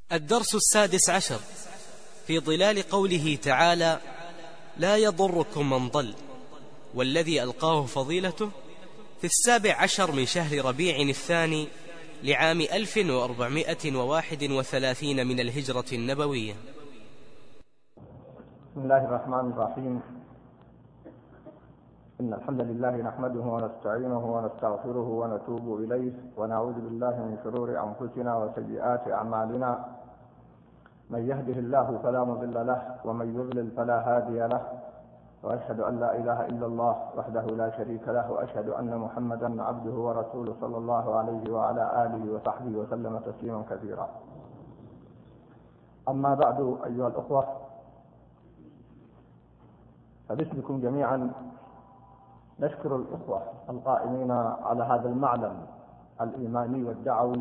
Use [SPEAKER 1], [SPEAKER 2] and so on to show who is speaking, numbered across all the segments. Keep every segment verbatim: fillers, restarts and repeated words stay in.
[SPEAKER 1] الدرس السادس عشر في ظلال قوله تعالى: لا يضركم من ضل، والذي ألقاه فضيلته في السابع عشر من شهر ربيع الثاني لعام ألف وأربعمائة وواحد وثلاثين من الهجرة النبوية.
[SPEAKER 2] بسم الله الرحمن الرحيم. إن الحمد لله نحمده ونستعينه ونستغفره ونتوب إليه ونعوذ بالله من شرور أنفسنا وسيئات أعمالنا. من يهده الله فلا مضل له ومن يضلل فلا هادي له، وأشهد أن لا إله إلا الله وحده لا شريك له، وأشهد أن محمدا عبده ورسوله صلى الله عليه وعلى آله وصحبه وسلم تسليما كثيرا. أما بعد أيها الأخوة، فباسمكم جميعا نشكر الأخوة القائمين على هذا المعلم الإيماني والدعوي،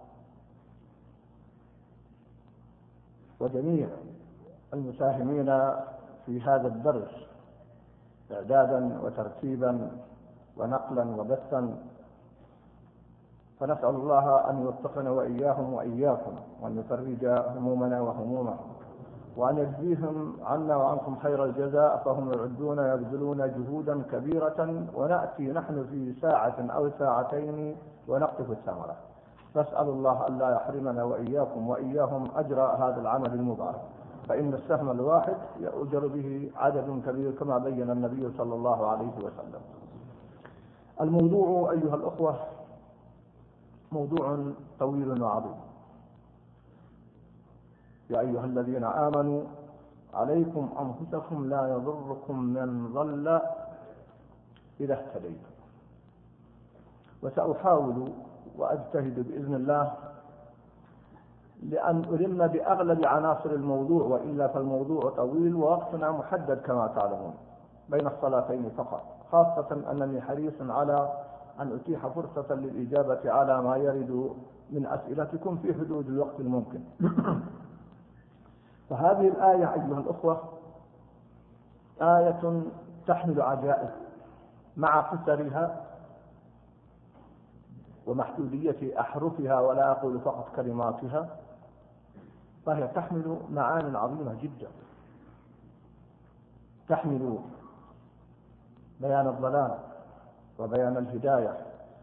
[SPEAKER 2] وجميع المساهمين في هذا الدرس إعدادا وترتيبا ونقلا وبثا، فنسأل الله أن يوفقنا وإياهم وإياكم، وأن يفرج همومنا وهمومهم، وأن يجزيهم عنا وعنكم خير الجزاء، فهم يعدون يبذلون جهودا كبيرة، ونأتي نحن في ساعة أو ساعتين ونقطف الثمرة. نسأل الله أن لا يحرمنا وإياكم وإياهم أجر هذا العمل المبارك، فإن السهم الواحد يؤجر به عدد كبير كما بين النبي صلى الله عليه وسلم. الموضوع أيها الأخوة موضوع طويل وعظيم. يا أيها الذين آمنوا عليكم أنفسكم لا يضركم من ضل إذا اهتديتم. وسأحاول وأجتهد بإذن الله لأن ألم بأغلب عناصر الموضوع، وإلا فالموضوع طويل ووقتنا محدد كما تعلمون بين الصلاتين فقط، خاصة أنني حريص على أن أتيح فرصة للإجابة على ما يرد من أسئلتكم في حدود الوقت الممكن. فهذه الآية أيها الأخوة آية تحمل عجائب مع قصرها ومحدودية أحرفها، ولا أقول فقط كلماتها، فهي تحمل معاني عظيمة جدا. تحمل بيان الضلال وبيان الهداية،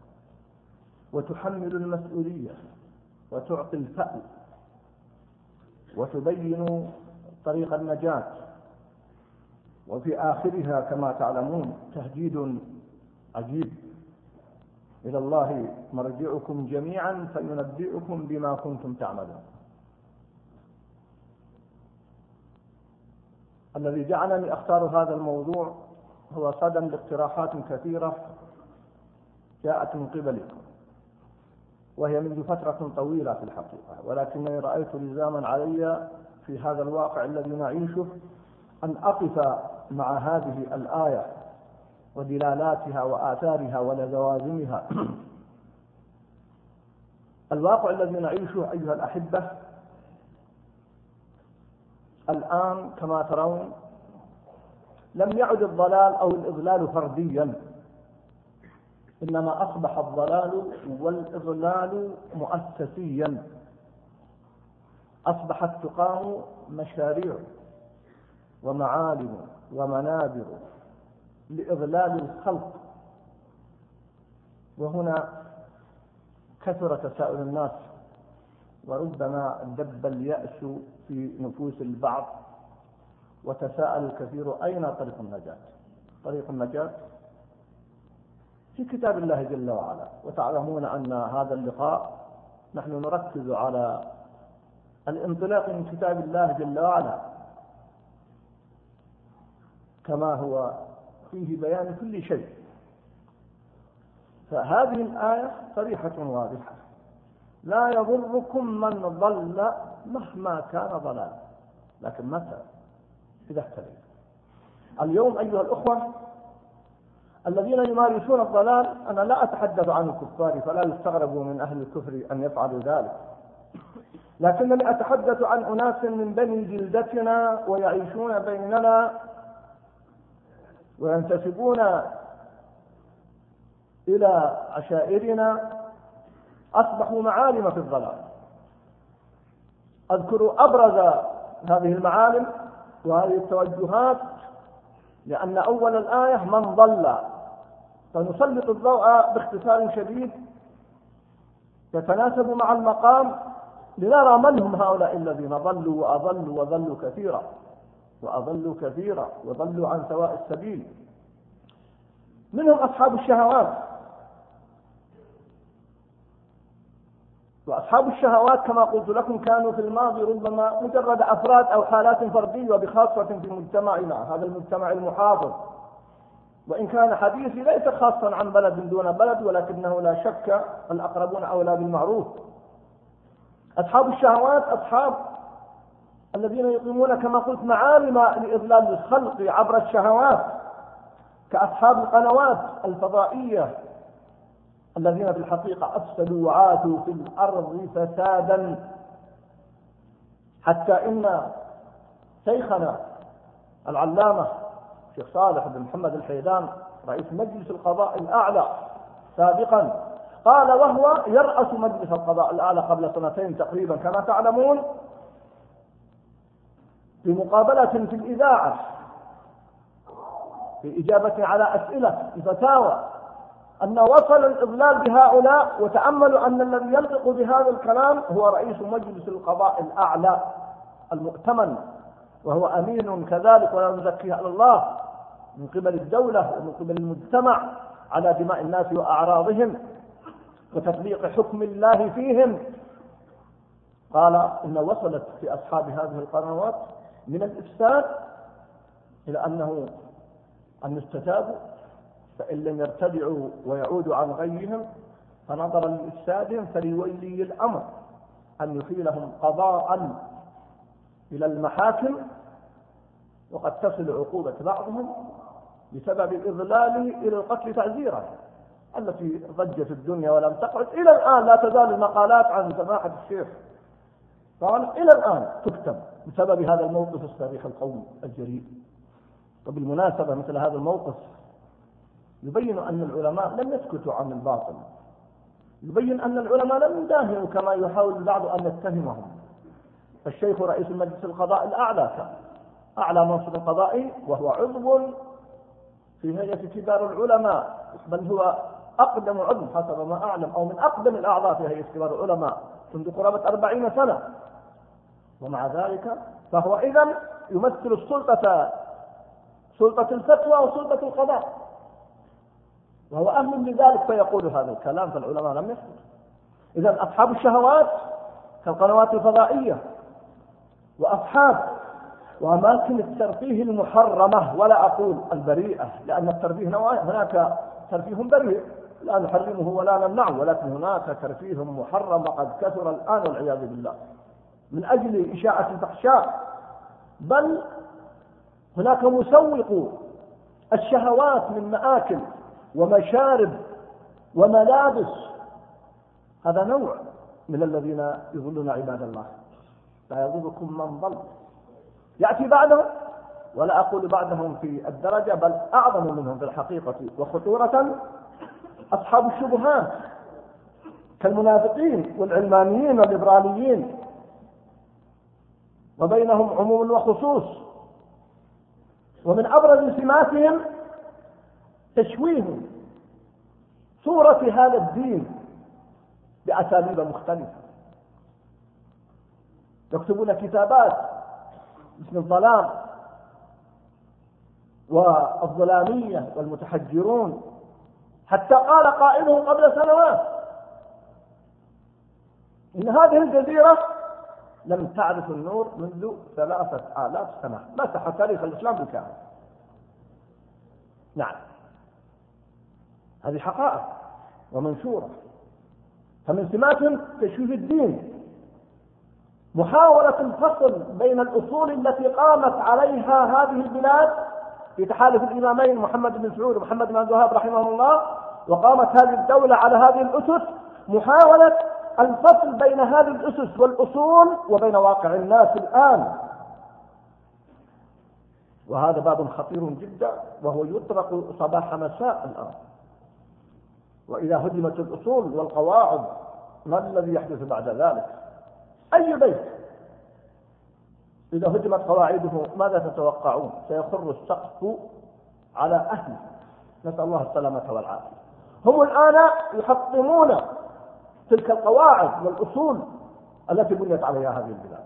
[SPEAKER 2] وتحمل المسؤولية، وتعطي الفأل، وتبين طريق النجاة، وفي آخرها كما تعلمون تهديد عجيب: إلى الله مرجعكم جميعا فينبئكم بما كنتم تعملون. الذي جعلني أختار هذا الموضوع هو صدى لاقتراحات كثيرة جاءت من قبلكم، وهي منذ فترة طويلة في الحقيقة، ولكنني رأيت لزاما علي في هذا الواقع الذي نعيشه أن أقف مع هذه الآية ودلالاتها وآثارها ولوازمها. الواقع الذي نعيشه أيها الأحبة الآن كما ترون لم يعد الضلال أو الإضلال فرديا، إنما أصبح الضلال والإضلال مؤسسيا. أصبحت تقام مشاريع ومعالم ومنابر لإضلال الخلق، وهنا كثر تساؤل الناس، وربما دب اليأس في نفوس البعض، وتساءل الكثير: أين طريق النجاة؟ طريق النجاة في كتاب الله جل وعلا. وتعلمون أن هذا اللقاء نحن نركز على الانطلاق من كتاب الله جل وعلا، كما هو فيه بيان كل شيء. فهذه الآية صريحة واضحة: لا يضركم من ضل مهما كان ضلال، لكن متى؟ إذا اهتديتم. اليوم أيها الأخوة الذين يمارسون الضلال، أنا لا أتحدث عن الكفار فلا يستغربوا من أهل الكفر أن يفعلوا ذلك، لكنني أتحدث عن أناس من بني جلدتنا ويعيشون بيننا وينتسبون إلى عشائرنا، أصبحوا معالم في الضلال، أذكر أبرز هذه المعالم وهذه التوجهات، لأن أول الآية من ضل، فنسلط الضوء باختصار شديد يتناسب مع المقام لنرى من هم هؤلاء الذين ضلوا وأضلوا وضلوا كثيرا وأضلوا كثيرا وضلوا عن سواء السبيل. منهم أصحاب الشهوات، وأصحاب الشهوات كما قلت لكم كانوا في الماضي ربما مجرد أفراد أو حالات فردية، وبخاصة في مجتمعنا هذا المجتمع المحافظ، وإن كان حديثي ليس خاصا عن بلد دون بلد، ولكنه لا شك الأقربون أولى بالمعروف. أصحاب الشهوات أصحاب الذين يقيمون كما قلت معالم لإضلال الخلق عبر الشهوات، كأصحاب القنوات الفضائية الذين في الحقيقة أفسدوا وعاتوا في الأرض فسادا، حتى إن شيخنا العلامة الشيخ صالح بن محمد الحيدان رئيس مجلس القضاء الأعلى سابقا قال، وهو يرأس مجلس القضاء الأعلى قبل سنتين تقريبا كما تعلمون، في مقابلة في الإذاعة في إجابة على أسئلة الفتاوى، أن وصل الإضلال بهؤلاء، وتأملوا أن الذي ينطق بهذا الكلام هو رئيس مجلس القضاء الأعلى المؤتمن، وهو أمين كذلك ولا نزكيه على الله، من قبل الدولة ومن قبل المجتمع على دماء الناس وأعراضهم وتطبيق حكم الله فيهم. قال إن وصلت في أصحاب هذه القنوات من الإفساد إلى أنه أن استتابوا فإن لم يرتدعوا ويعودوا عن غيهم فنظرا لإفسادهم فلولي الأمر أن يحيلهم قضاء إلى المحاكم، وقد تصل عقوبة بعضهم بسبب إضلاله إلى القتل تعزيرا، التي ضجت الدنيا ولم تقعد إلى الآن. لا تزال المقالات عن سماحة الشيخ قال إلى الآن تكتب بسبب هذا الموقف الصريح القوي الجريء. وبالمناسبة مثل هذا الموقف يبين أن العلماء لم يسكتوا عن الباطل، يبين أن العلماء لم يداهنوا كما يحاول البعض أن يتهمهم. فالشيخ رئيس مجلس القضاء الأعلى أعلى منصب القضائي، وهو عضو في هيئة كبار العلماء، بل هو أقدم عضو حسب ما أعلم أو من أقدم الأعضاء في هيئة كبار العلماء منذ قرابة أربعين سنة، ومع ذلك فهو إذن يمثل السلطة، سلطة الفتوى وسلطة القضاء، وهو أهل لذلك فيقول هذا الكلام، فالعلماء لم يسكتوا. إذن أصحاب الشهوات كالقنوات الفضائية، وأصحاب وأماكن الترفيه المحرمة، ولا أقول البريئة لأن الترفيه نوعين، هناك ترفيه بريء لا نحرمه ولا نمنعه، ولكن هناك ترفيه محرم قد كثر الآن والعياذ بالله من أجل إشاعة الفحشاء. بل هناك مسوق الشهوات من مآكل ومشارب وملابس، هذا نوع من الذين يضلون عباد الله. لا يضركم من ضل، يأتي بعدهم، ولا أقول بعدهم في الدرجة بل أعظم منهم في الحقيقة وخطورة، أصحاب الشبهات كالمنافقين والعلمانيين والليبراليين، وبينهم عموم وخصوص. ومن أبرز سماتهم تشويه صورة هذا الدين بأساليب مختلفة، يكتبون كتابات باسم الظلام والظلامية والمتحجرون، حتى قال قائله قبل سنوات إن هذه الجزيرة لم تعرف النور منذ ثلاثة آلاف سنة، مسح تاريخ الإسلام بالكامل. نعم، هذه حقائق ومنشورة. فمن سماتهم تشويه الدين، محاولة الفصل بين الأصول التي قامت عليها هذه البلاد في تحالف الإمامين محمد بن سعود ومحمد بن عبد الوهاب رحمه الله، وقامت هذه الدولة على هذه الأسس، محاولة الفصل بين هذه الأسس والأصول وبين واقع الناس الآن. وهذا باب خطير جدا، وهو يطرق صباح مساء الآن. وإذا هدمت الأصول والقواعد ما الذي يحدث بعد ذلك؟ أي بيت إذا هدمت قواعده ماذا تتوقعون؟ سيخر السقف على أهله، نسأل الله السلامة والعافية. هم الآن يحطمون تلك القواعد والأصول التي بنيت عليها هذه البلاد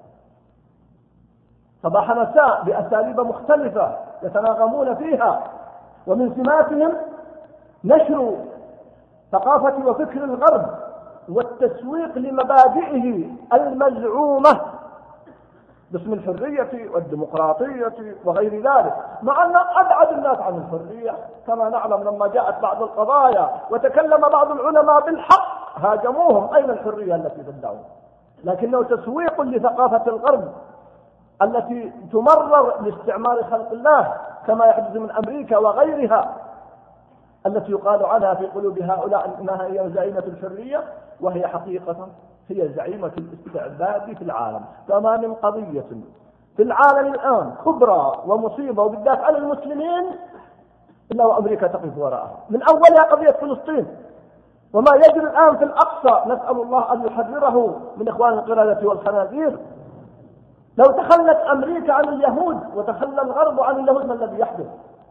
[SPEAKER 2] صباح مساء بأساليب مختلفة يتناغمون فيها، ومن سماتهم نشر ثقافة وفكر الغرب والتسويق لمبادئه المزعومة باسم الحرية والديمقراطية وغير ذلك، مع أن أبعد الناس عن الحرية كما نعلم. لما جاءت بعض القضايا وتكلم بعض العلماء بالحق هاجموهم، أين الحرية التي تدعون؟ لكنه تسويق لثقافة الغرب التي تمرر لاستعمار خلق الله كما يحدث من أمريكا وغيرها، التي يقال عنها في قلوب هؤلاء أنها هي زعيمة الحرية، وهي حقيقة هي زعيمة الاستعباد في العالم. فما من قضية في العالم الآن كبرى ومصيبة وبالذات على المسلمين إلا وأمريكا تقف وراءها، من أولها قضية فلسطين وما يجري الآن في الأقصى، نسأل الله أن يحرره من إخوان القردة والخنازير. لو تخلت أمريكا عن اليهود وتخلى الغرب عن اليهود، ما الذي يحدث؟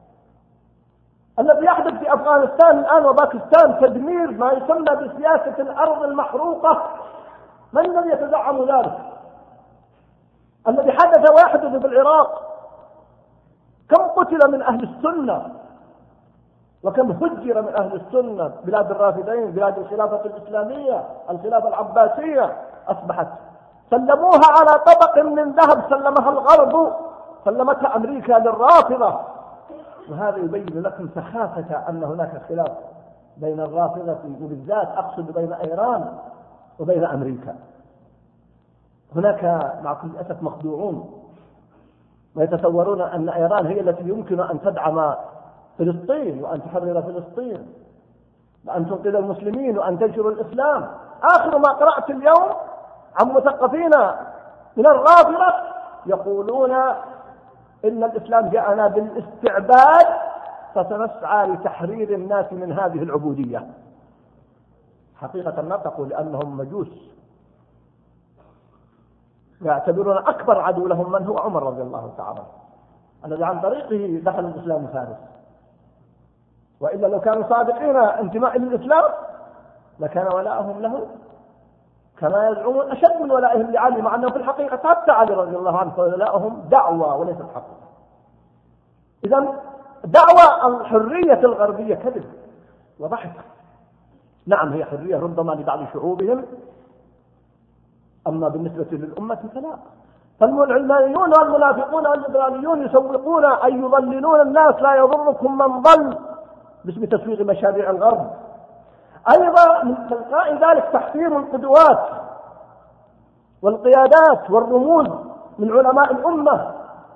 [SPEAKER 2] الذي يحدث في أفغانستان الآن وباكستان تدمير ما يسمى بسياسة الأرض المحروقة، من الذي يتزعم ذلك؟ الذي حدث ويحدث في العراق، كم قتل من أهل السنة وكم هجر من أهل السنة، بلاد الرافدين، بلاد الخلافة الإسلامية، الخلافة العباسية أصبحت سلموها على طبق من ذهب سلمها الغرب، سلمتها أمريكا للرافضة. وهذا يبين لكم سخافة أن هناك خلاف بين الرافضة وبالذات أقصد بين إيران وبين أمريكا. هناك مع كل أسف مخدوعون ويتصورون أن إيران هي التي يمكن أن تدعم فلسطين وأن تحرر فلسطين وأن تنقذ المسلمين وأن تنشر الإسلام. آخر ما قرأت اليوم عن مثقفين من الرافضة يقولون إن الإسلام جاءنا بالاستعباد فسنسعى لتحرير الناس من هذه العبودية. حقيقة نطقوا لأنهم مجوس، يعتبرون أكبر عدو لهم من هو عمر رضي الله تعالى الذي عن طريقه دخل الإسلام فارس، وإلا لو كانوا صادقين انتماء للإسلام لكان ولاءهم له كما يزعمون أشد من ولائهم لعلي، مع أنه في الحقيقة حتى علي رضي الله عنه ولاءهم دعوة وليست حقا. إذن دعوة الحرية الغربية كذب وضحك. نعم هي حرية ربما لبعض شعوبهم، أما بالنسبة للأمة فلا. فالعلمانيون والمنافقون والليبراليون يسوقون أن يضللون الناس، لا يضركم من ضل، باسم تسويق مشاريع الغرب. أيضا من تلقاء ذلك تحقير القدوات والقيادات والرموز من علماء الأمة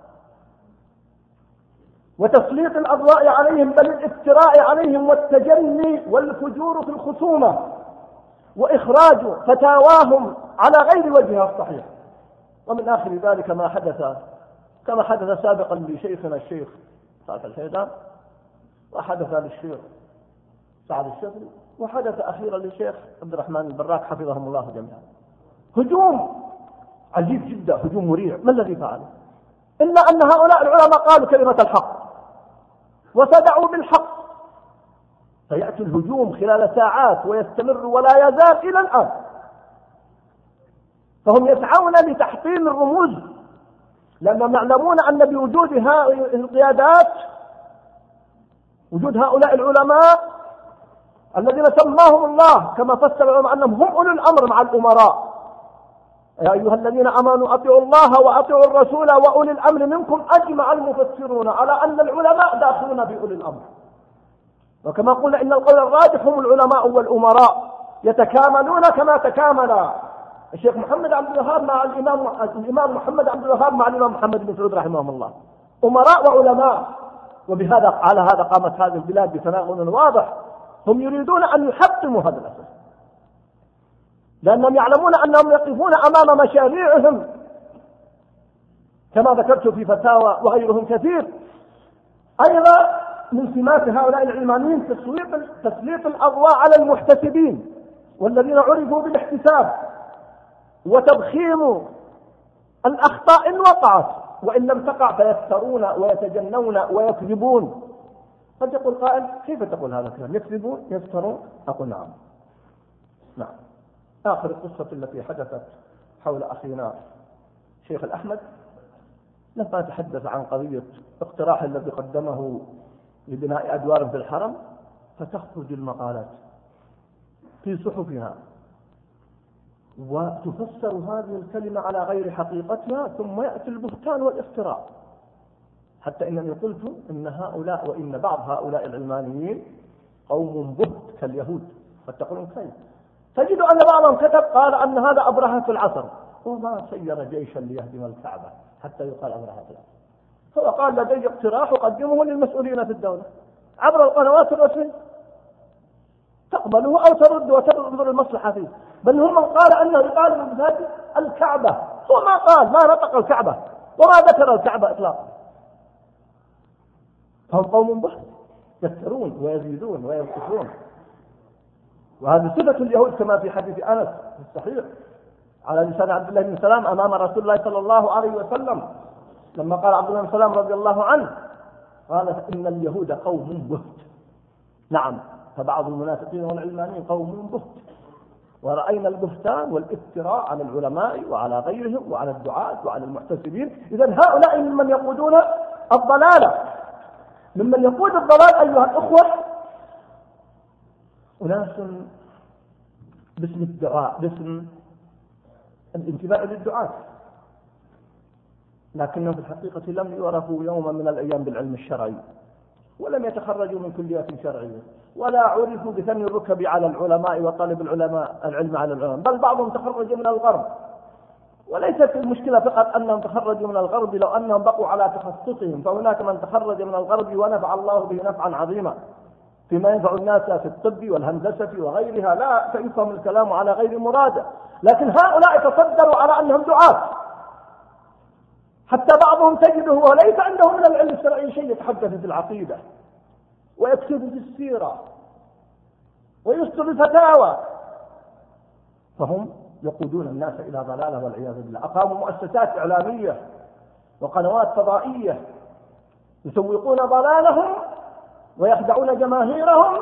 [SPEAKER 2] وتسليط الأضواء عليهم، بل الافتراء عليهم والتجني والفجور في الخصومة وإخراج فتاواهم على غير وجهها الصحيح. ومن آخر ذلك ما حدث كما حدث سابقا لشيخنا الشيخ سعد الحيدان، وحدث للشيخ سعد الشافعي، وحدث أخيرا للشيخ عبد الرحمن البراك حفظهم الله جميعا. هجوم عجيب جدا، هجوم مريع. ما الذي فعله؟ إلا أن هؤلاء العلماء قالوا كلمة الحق وصدعوا بالحق، فيأتي الهجوم خلال ساعات ويستمر ولا يزال إلى الآن. فهم يسعون لتحطيم الرموز، لأنهم يعلمون أن بوجود هذه القيادات، وجود هؤلاء العلماء الذين سماهم الله كما فسروا أنهم هم أولو الأمر مع الأمراء، يا أيها الذين آمنوا أطيعوا الله وأطيعوا الرسول وأولي الأمر منكم، أجمع المفسرون على أن العلماء داخلون في أولي الأمر. وكما قلنا إن القول الراجح هم العلماء والأمراء، يتكاملون كما تكامل الشيخ محمد عبد الوهاب مع الإمام الإمام محمد عبد الوهاب مع الإمام محمد بن سعود رحمهم الله، أمراء وعلماء. وبهذا على هذا قامت هذه البلاد بتناغم واضح. هم يريدون أن يحطموا هذا الأساس، لأنهم يعلمون أنهم يقفون أمام مشاريعهم كما ذكرت في فتاوى وغيرهم كثير. أيضا من سمات هؤلاء العلمانيين تسليط الأضواء على المحتسبين والذين عرفوا بالاحتساب، وتضخيم الأخطاء إن وقعت، وإن لم تقع فيفترون ويتجنون ويكذبون. قد يقول قائل كيف تقول هذا الكلام؟ يكذبون يفترون؟ أقول نعم نعم. آخر القصة التي حدثت حول أخينا شيخ الأحمد لما تحدث عن قضية اقتراح الذي قدمه لبناء أدوار في الحرم، فتخرج المقالات في صحفها وتفسر هذه الكلمة على غير حقيقتها، ثم يأتي البهتان والافتراء. حتى إنني قلت إن هؤلاء وإن بعض هؤلاء العلمانيين قوم بهت كاليهود. فتقولون كيف؟ تجد أن بعضهم كتب قال أن هذا أبرهة في العصر، وما سير جيشا ليهدم الكعبة حتى يقال أبرهة في العصر. هو قال لدي اقتراح أقدمه للمسؤولين في الدولة عبر القنوات الرسمية، تقبله أو ترد وتنظر المصلحة فيه. بل هم من قال أنه يقال بذات الكعبة، هو ما قال، ما نطق الكعبة وما ذكر الكعبة إطلاقا. فهم قوم بحث يفترون ويزيدون وينقصون. وهذه صفة اليهود كما في حديث أنس الصحيح على لسان عبد الله بن سلام أمام رسول الله صلى الله عليه وسلم، لما قال عبد الله بن سلام رضي الله عنه قال إن اليهود قوم بهت. نعم، فبعض المنافقين والعلمانيين قوم بهت، ورأينا البهتان والافتراء على العلماء وعلى غيرهم وعلى الدعاة وعلى المحتسبين. إذن هؤلاء ممن يقودون الضلالة. ممن يقود الضلال أيها الأخوة أناس باسم الدعاء، باسم الانتماء للدعاة، لكنهم في الحقيقة لم يعرفوا يوما من الأيام بالعلم الشرعي، ولم يتخرجوا من كليات شرعية، ولا عرفوا بثني الركب على العلماء وطالب العلماء العلم على العلماء. بل بعضهم تخرج من الغرب، وليست المشكلة فقط أنهم تخرجوا من الغرب، لو أنهم بقوا على تخصصهم، فهناك من تخرج من الغرب ونفع الله به نفعا عظيما فيما ينفع الناس في الطب والهندسة وغيرها، لا فيفهم الكلام على غير مراده. لكن هؤلاء تصدروا على أنهم دعاة، حتى بعضهم تجده وليس عنده من العلم الشرعي شيء، يتحدث في العقيدة ويكتب في السيرة ويسر الفتاوى، فهم يقودون الناس إلى ضلالة والعياذ بالله. أقاموا مؤسسات إعلامية وقنوات فضائية يسوقون ضلالهم ويخدعون جماهيرهم،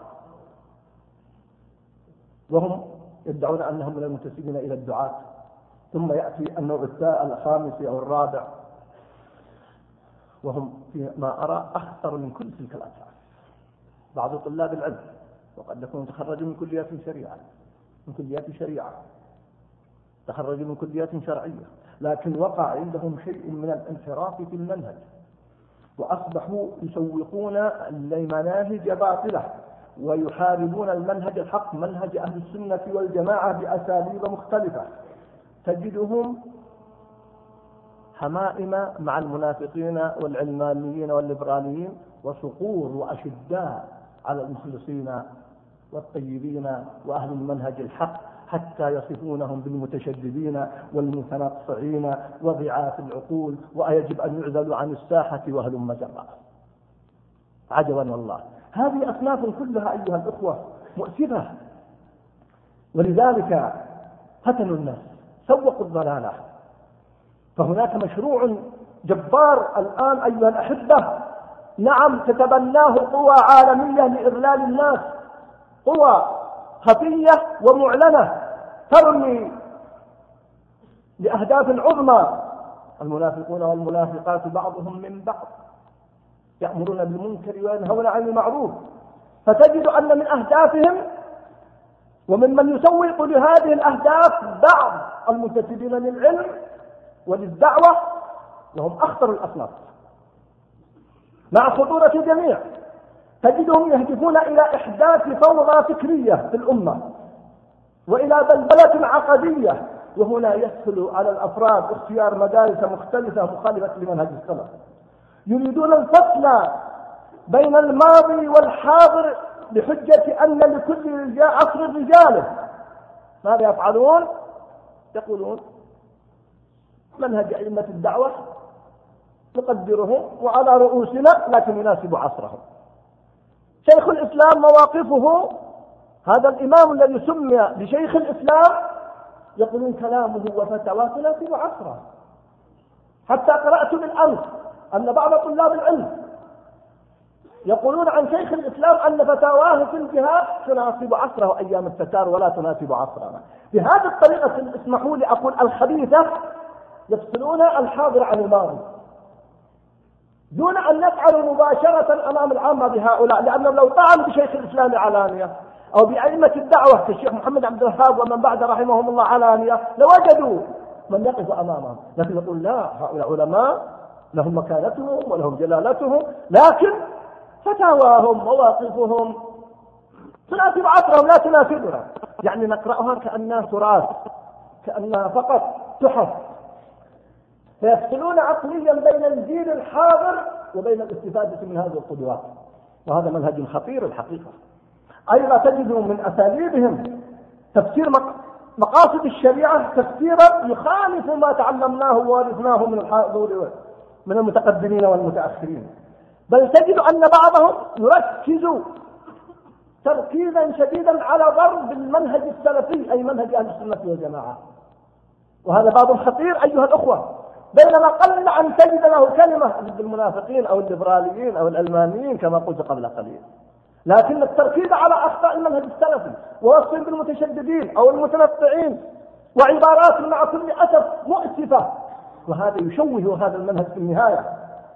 [SPEAKER 2] وهم يدعون أنهم من المنتسبين إلى الدعاة. ثم يأتي النوع الخامس أو الرابع، وهم فيما أرى أخطر من كل تلك الأسعار. بعض طلاب العلم وقد يكونوا تخرجوا من كليات شريعة من كليات شريعة تخرجوا من كليات شرعية، لكن وقع عندهم شيء من الانحراف في المنهج، وأصبحوا يسوقون لمناهج باطلة ويحاربون المنهج الحق، منهج أهل السنة والجماعة بأساليب مختلفة. تجدهم حمائم مع المنافقين والعلمانيين والليبراليين، وصقور وأشداء على المخلصين والطيبين وأهل المنهج الحق، حتى يصفونهم بالمتشددين والمتنطعين وضعاف العقول، ويجب أن يعزلوا عن الساحة وهلم جرا. عجبا والله، هذه أصناف كلها أيها الأخوة مؤسفة. ولذلك فتنوا الناس، سوقوا الضلالة. فهناك مشروع جبار الآن أيها الأحبة، نعم تتبناه قوى عالمية لإضلال الناس، قوى خفية ومعلنة ترمي لأهداف عظمى. المنافقون والمنافقات بعضهم من بعض، يأمرون بالمنكر وينهون عن المعروف. فتجد أن من أهدافهم وممن يسوق لهذه الأهداف بعض المنتسبين للعلم وللدعوة، لهم أخطر الأصناف مع خطورة الجميع. تجدهم يهدفون إلى إحداث فوضى فكرية في الأمة وإلى بلبلة عقدية، وهنا يسهل على الأفراد اختيار مدارس مختلفة مخالفة لمنهج السلف. يريدون الفصل بين الماضي والحاضر بحجة أن لكل عصر رجاله. ماذا يفعلون؟ يقولون منهج أئمة الدعوة نقدرهم وعلى رؤوسنا، لكن يناسب عصرهم. شيخ الإسلام مواقفه، هذا الإمام الذي سمي بشيخ الإسلام، يقولون كلامه وفتواه تناسب عصره. حتى قرأت بالأمس أن بعض طلاب العلم يقولون عن شيخ الإسلام أن فتاواه في الجهاد تناسب عصره أيام التتار ولا تناسب عصرنا. بهذه الطريقة اسمحوا لي أقول الخبيثة يفصلون الحاضر عن الماضي دون أن يفعلوا مباشرة أمام العامة بهؤلاء، لأنهم لو طعنوا بشيخ الإسلام علانية أو بأئمة الدعوة كالشيخ محمد عبد الوهاب ومن بعد رحمهم الله علانية لوجدوا من يقف أمامهم. لكن يقول لا، هؤلاء علماء لهم مكانتهم ولهم جلالتهم، لكن فتاواهم مواقفهم تناسب عصرهم لا تناسبنا. يعني نقرأها كأنها تراث، كأنها فقط تحف، فيفصلون عقليا بين الجيل الحاضر وبين الاستفادة من هذه القدوات، وهذا منهج خطير الحقيقة. أيضا تجد من أساليبهم تفسير مقاصد الشريعة تفسيرا يخالف ما تعلمناه ووارثناه من الحاضر من المتقدمين والمتأخرين، بل تجد أن بعضهم يركز تركيزا شديدا على ضرب المنهج السلفي أي منهج أهل السنة والجماعة، وهذا باب خطير أيها الأخوة. بينما قل أن تجد له كلمة ضد المنافقين أو الليبراليين أو الألمانيين كما قلت قبل قليل، لكن التركيز على أخطاء المنهج السلفي ووصف بالمتشددين أو المتنطعين وعبارات مع كل أسف مؤسفة، وهذا يشوه هذا المنهج في النهاية.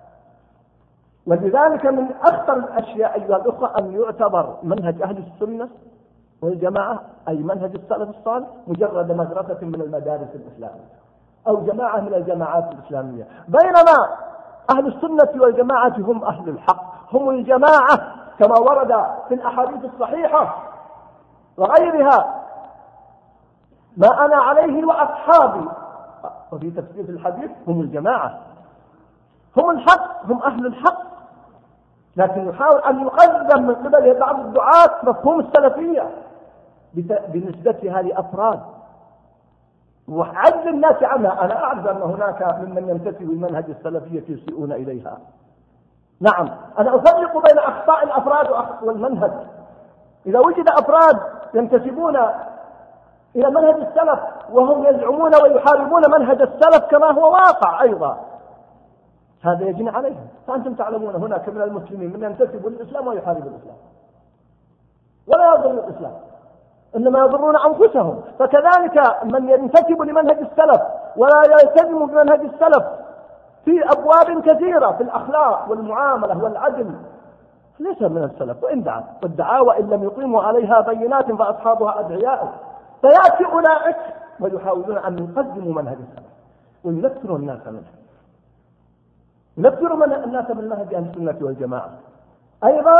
[SPEAKER 2] ولذلك من أخطر الأشياء أيها الأخوة أن يعتبر منهج أهل السنة والجماعة أي منهج السلف الصالح مجرد مدرسة من المدارس الإسلامية أو جماعة من الجماعات الإسلامية، بينما أهل السنة والجماعة هم أهل الحق، هم الجماعة كما ورد في الأحاديث الصحيحة وغيرها ما أنا عليه وأصحابي، وفي تفسير الحديث هم الجماعة، هم الحق، هم أهل الحق. لكن يحاول أن يقدم من قبل بعض الدعاة مفهوم السلفية بنسبتها لأفراد وعجز الناس عنها. أنا أعرف أن هناك ممن ينتسب المنهج السلفية يسيئون إليها، نعم، أنا أفرق بين أخطاء الأفراد والمنهج. إذا وجد أفراد ينتسبون إلى منهج السلف وهم يزعمون ويحاربون منهج السلف كما هو واقع أيضا، هذا يجني عليهم. فأنتم تعلمون هناك من المسلمين من ينتسب للإسلام ويحارب الإسلام ولا يضر الإسلام، إنما يضرون أنفسهم. فكذلك من ينتسب لمنهج السلف ولا يلتزم بمنهج السلف في أبواب كثيرة في الأخلاق والمعاملة والعدل ليس من السلف، وإن دعا والدعاوى إن لم يقيموا عليها بينات فأصحابها أدعياء. فيأتي أولئك ويحاولون أن يقدموا منهج السلف وينفروا الناس منه، ينفروا من الناس من منهج أهل السنة والجماعة. أيضا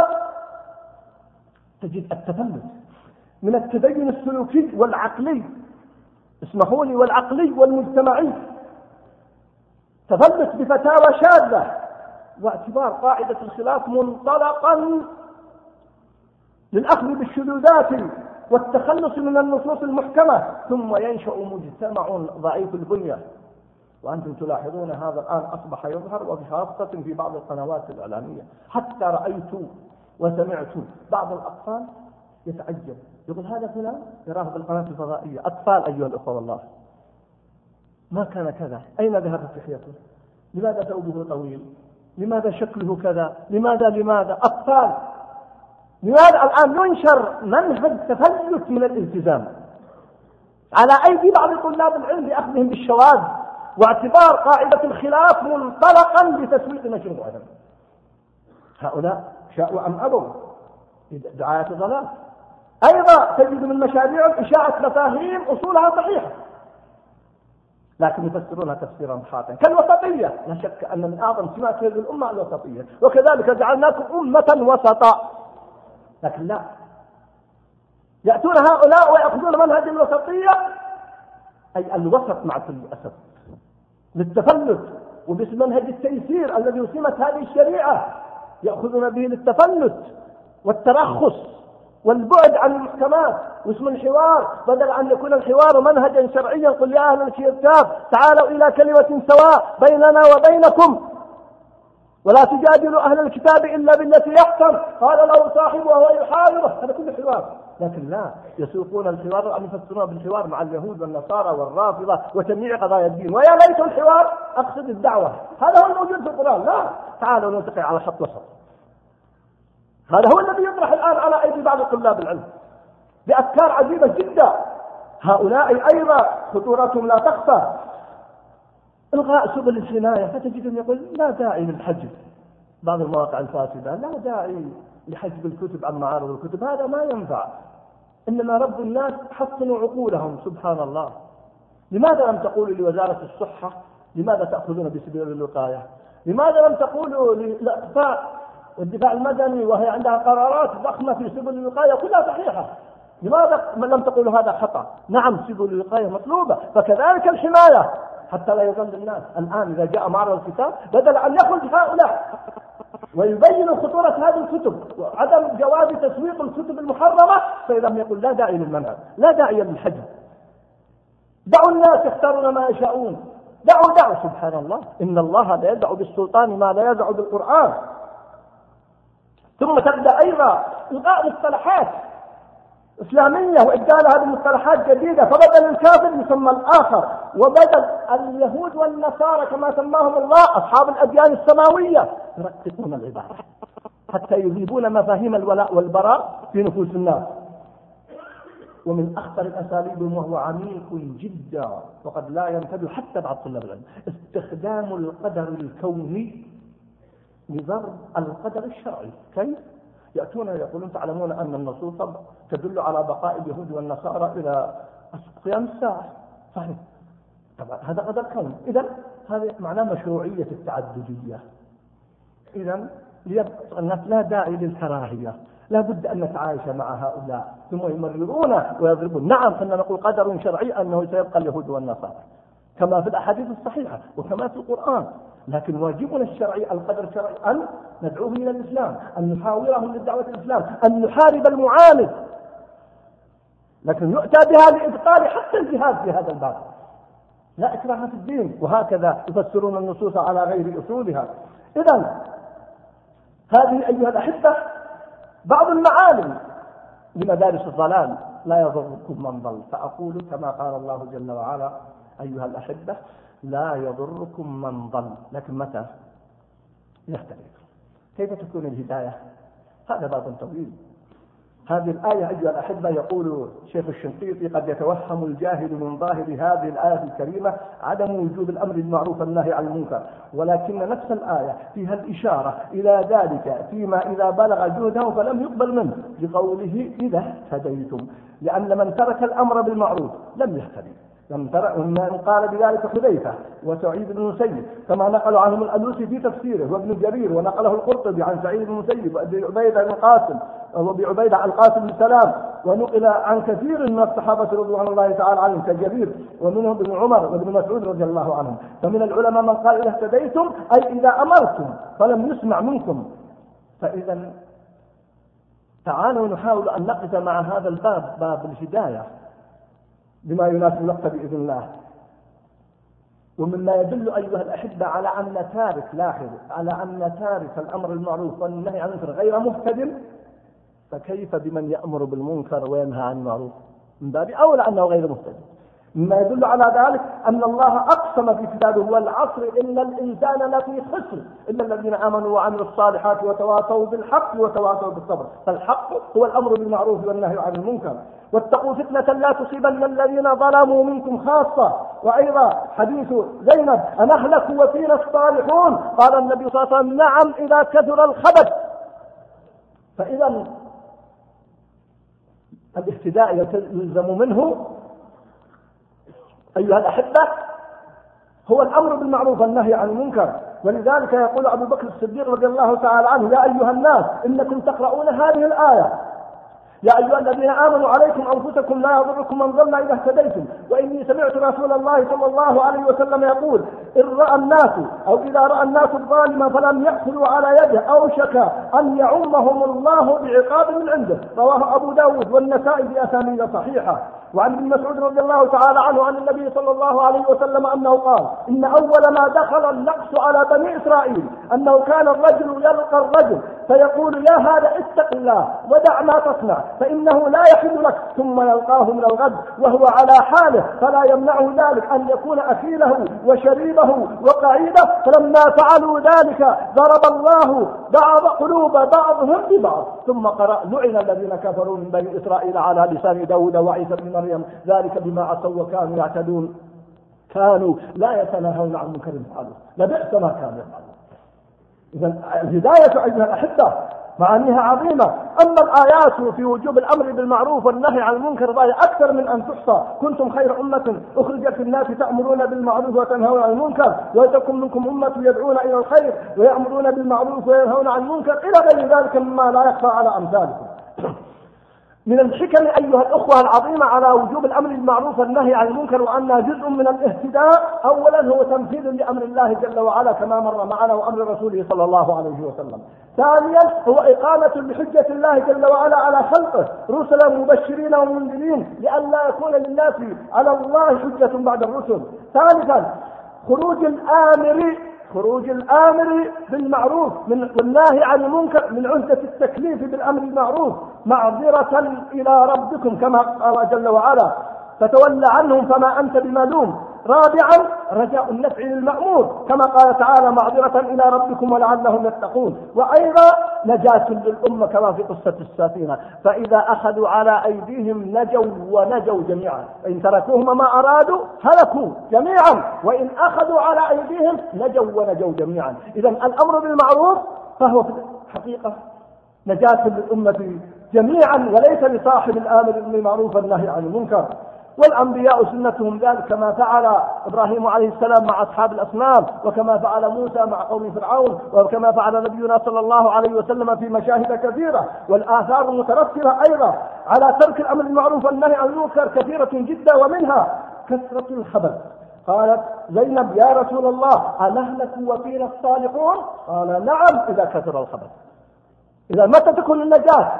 [SPEAKER 2] تجد التفلت من التدين السلوكي والعقلي، اسمحوا لي، والعقلي والمجتمعي، تفلت بفتاوى شاذة واعتبار قاعدة الخلاف منطلقا للأخذ بالشذوذات والتخلص من النصوص المحكمة، ثم ينشأ مجتمع ضعيف البنية. وأنتم تلاحظون هذا الآن أصبح يظهر، وبخاصة في بعض القنوات الإعلامية. حتى رأيت وسمعت بعض الأطفال يتعجب، يقول هذا فلان يراه بالقناة الفضائية، أطفال أيها الأخوة والله، ما كان كذا، أين ذهبت لحيته؟ لماذا ثوبه طويل؟ لماذا شكله كذا؟ لماذا لماذا أطفال؟ لماذا الآن ينشر منهج تفلت من الالتزام على أيدي بعض طلاب العلم بأخذهم بالشواذ واعتبار قاعدة الخلاف منطلقا لتسويق مشروعهم؟ هؤلاء شاءوا أم أبوا دعاية ضلال. أيضا تجد من مشاريع إشاعة مفاهيم أصولها صحيحة لكن يفسرونها تفسيرا خاطئا كالوسطية. لا شك أن من أعظم سمات هذه الأمة الوسطية، وكذلك جعلناكم أمة وسطا، لكن لا، يأتون هؤلاء ويأخذون منهج الوسطية أي الوسط مع كل أسف للتفلت، وباسم منهج التيسير الذي سمت هذه الشريعة يأخذون به للتفلت والترخص والبعد عن المحكمات، واسم الحوار بدل أن يكون الحوار منهجا شرعيا قل يا أهل الكتاب تعالوا إلى كلمة سواء بيننا وبينكم ولا تجادلوا أهل الكتاب إلا بالتي يحسن قال له صاحبه وهو يحاوره. هذا كله حوار، لكن لا يسوقون الحوار أن يفسرون بالحوار مع اليهود والنصارى والرافضة وجميع قضايا الدين. ويا ليت الحوار أقصد الدعوة، هذا هو الموجود في القرآن. لا، تعالوا نلتقي على خط وسط. هذا هو الذي يطرح الآن على أيدي بعض طلاب العلم بأفكار عجيبة جدا. هؤلاء أيضا خطورتهم لا تخفى. إلغاء سبل الحماية، فتجدهم يقول لا داعي للحجب. بعض المواقع الفاسدة لا داعي لحجب الكتب عن معارض الكتب، هذا ما ينفع. إنما رب الناس حصنوا عقولهم. سبحان الله، لماذا لم تقولوا لوزارة الصحة لماذا تأخذون بسبيل الوقاية؟ لماذا لم تقولوا للإطفاء والدفاع المدني وهي عندها قرارات ضخمة في سبل الوقاية كلها صحيحة؟ لماذا لم تقولوا هذا خطأ؟ نعم، سبل الوقاية مطلوبة، فكذلك الحماية حتى لا يظل الناس. الآن إذا جاء معرض الكتاب بدل أن يخرج هؤلاء ويبين خطورة هذه الكتب وعدم جواز تسويق الكتب المحرمة، فإذا يقول لا داعي للمنع، لا داعي للحجب، دعوا الناس يختارون ما يشاءون، دعوا دعوا. سبحان الله، إن الله لا يدعو بالسلطان ما لا يدعو بالقرآن. ثم تبدأ أيضا إلغاء مصطلحات إسلامية وإبدال هذه المصطلحات جديدة، فبدل الكافر يسمى الآخر، وبدل اليهود والنصارى كما سماهم الله أصحاب الأديان السماوية يرققون العبارة حتى يذيبون مفاهيم الولاء والبراء في نفوس الناس. ومن أخطر الأساليب وهو عميق جدا وقد لا ينتبه حتى بعض طلاب العلم استخدام القدر الكوني لضرب القدر الشرعي. كيف؟ يأتون يقولون تعلمون أن النصوص تدل على بقاء اليهود والنصارى إلى قيام الساعة. صحيح، طبعا هذا قدر كوني. إذن هذا معناه مشروعية التعددية. إذن الناس لا داعي للكراهية، لا بد أن نتعايش مع هؤلاء ثم يمررون ويضربون. نعم، كنا نقول قدر شرعي أنه سيبقى اليهود والنصارى كما في الأحاديث الصحيحة وكما في القرآن، لكن واجبنا الشرعي القدر الشرعي أن ندعوهم إلى الإسلام، أن نحاورهم للدعوة إلى الإسلام، أن نحارب المعاند، لكن يؤتى بها لإبطال حتى الجهاد في هذا الباب. لا إكراه في الدين، وهكذا يفسرون النصوص على غير أصولها. إذن هذه أيها الأحبة بعض المعالم لمدارس الضلال. لا يضركم من ضل، فأقول كما قال الله جل وعلا أيها الأحبة لا يضركم من ضل، لكن متى يختلف. كيف تكون الهداية؟ هذا باب طويل. هذه الآية أيها الأحبة يقول شيخ الشنقيطي قد يتوهم الجاهل من ظاهر هذه الآية الكريمة عدم وجوب الأمر بالمعروف والنهي عن المنكر، ولكن نفس الآية فيها الإشارة إلى ذلك فيما إذا بلغ جهده فلم يقبل منه، لقوله إذا اهتديتم، لأن من ترك الأمر بالمعروف لم يهتدي. لم ترى ومن قال بذلك حذيفة وسعيد بن المسيب كما نقل عنهم الألوسي في تفسيره وابن جرير، ونقله القرطبي عن سعيد بن المسيب وأبي عبيدة بن القاسم وأبي عبيدة عن القاسم بن سلام، ونقل عن كثير من الصحابة رضوان الله تعالى عنهم كجرير ومنهم ابن عمر وابن مسعود رضي الله عنهم. فمن العلماء من قال إذا اهتديتم أي إذا أمرتم فلم يسمع منكم. فإذا تعالوا نحاول أن نقف مع هذا الباب، باب الهداية، بما يناسب الوقت بإذن الله. ومما يدل أيها الأحبة على أن تارك لاحظ على أن تارك الأمر بالمعروف والنهي عن المنكر غير مهتد، فكيف بمن يأمر بالمنكر وينهى عن المعروف؟ من باب أولى أنه غير مهتد. مما يدل على ذلك أن الله أقسم في كتابه والعصر إن الإنسان لفي خسر إلا الذين آمنوا وعملوا الصالحات وتواصوا بالحق وتواصوا بالصبر. فالحق هو الأمر بالمعروف والنهي عن المنكر. واتقوا فتنة لا تصيبن الذين ظلموا منكم خاصة. وأيضا حديث زينب أنهلك وفينا الصالحون، قال النبي صلى الله عليه وسلم نعم إذا كثر الخبث. فإذا الاهتداء يلزم منه أيها الأحبة هو الأمر بالمعروف والنهي عن المنكر. ولذلك يقول أبو بكر الصديق رضي الله تعالى عنه يا أيها الناس إنكم تقرؤون هذه الآية يا أيها الذين آمنوا عليكم أنفسكم لا يضركم من ضل إذا اهتديتم. وإني سمعت رسول الله صلى الله عليه وسلم يقول إن رأى الناس أو إذا رأى الناس الظالم فلم يقتلوا على يده أوشك أن يعمهم الله بعقاب من عنده. رواه أبو داود والنسائي بأسانيد صحيحة. وعن ابن مسعود رضي الله تعالى عنه عن النبي صلى الله عليه وسلم أنه قال إن أول ما دخل النقص على بني إسرائيل أنه كان الرجل يلقى الرجل فيقول يا هذا اتق الله ودع ما تصنع فإنه لا يحل لك، ثم يلقاه من الغد وهو على حاله فلا يمنعه ذلك أن يكون أكيله وشريبه وقعيده. فلما فعلوا ذلك ضرب الله بعض قلوب بعضهم ببعض. ثم قرأ لعن الذين كفروا من بني إسرائيل على لسان داود وعيسى بن مريم ذلك بما عصوا وكانوا يعتدون كانوا لا يتناهون عن منكر فعلوه لبئس ما كانوا يفعلون. إذا الهداية أيها الأحبة معانيها عظيمة. أما الآيات في وجوب الأمر بالمعروف والنهي عن المنكر فهي أكثر من أن تحصى. كنتم خير أمة أخرجت للناس تأمرون بالمعروف وتنهون عن المنكر ولتكن منكم أمة يدعون إلى الخير ويأمرون بالمعروف وينهون عن المنكر إلى غير ذلك مما لا يخفى على أمثالكم. من الحكم أيها الأخوة العظيمة على وجوب الأمر بالمعروف والنهي عن المنكر وأنها جزء من الاهتداء أولا هو تنفيذ لأمر الله جل وعلا كما مر معنا وأمر رسوله صلى الله عليه وسلم. ثانيا هو إقامة بحجة الله جل وعلا على خلقه رسلا مبشرين ومنذرين لئلا يكون للناس على الله حجة بعد الرسل. ثالثا خروج الآمر خروج الآمر بالمعروف من والناهي عن المنكر من عهدة التكليف بالأمر بالمعروف معذرة إلى ربكم كما قال جل وعلا فتولى عنهم فما أنت بملوم. رابعا رجاء النفع للمأمور كما قال تعالى معذرة إلى ربكم ولعلهم يتقون. وأيضا نجاة للأمة كما في قصة السفينة فإذا أخذوا على أيديهم نجوا ونجوا جميعا وإن تركوهم ما أرادوا هلكوا جميعا وإن أخذوا على أيديهم نجوا ونجوا جميعا. إذن الأمر بالمعروف فهو في الحقيقة نجاة للأمة جميعا وليس لصاحب الآمر بالمعروف والنهي عن المنكر. والأنبياء سنتهم ذلك كما فعل إبراهيم عليه السلام مع أصحاب الأصنام وكما فعل موسى مع قوم فرعون وكما فعل نبينا صلى الله عليه وسلم في مشاهد كثيرة. والآثار المترتبة أيضا على ترك الأمر بالمعروف والنهي عن المنكر كثيرة جدا ومنها كثرة الخبث. قالت زينب يا رسول الله أنهلك وفينا الصالحون؟ قال نعم إذا كثر الخبث. إذا متى تكون النجاة؟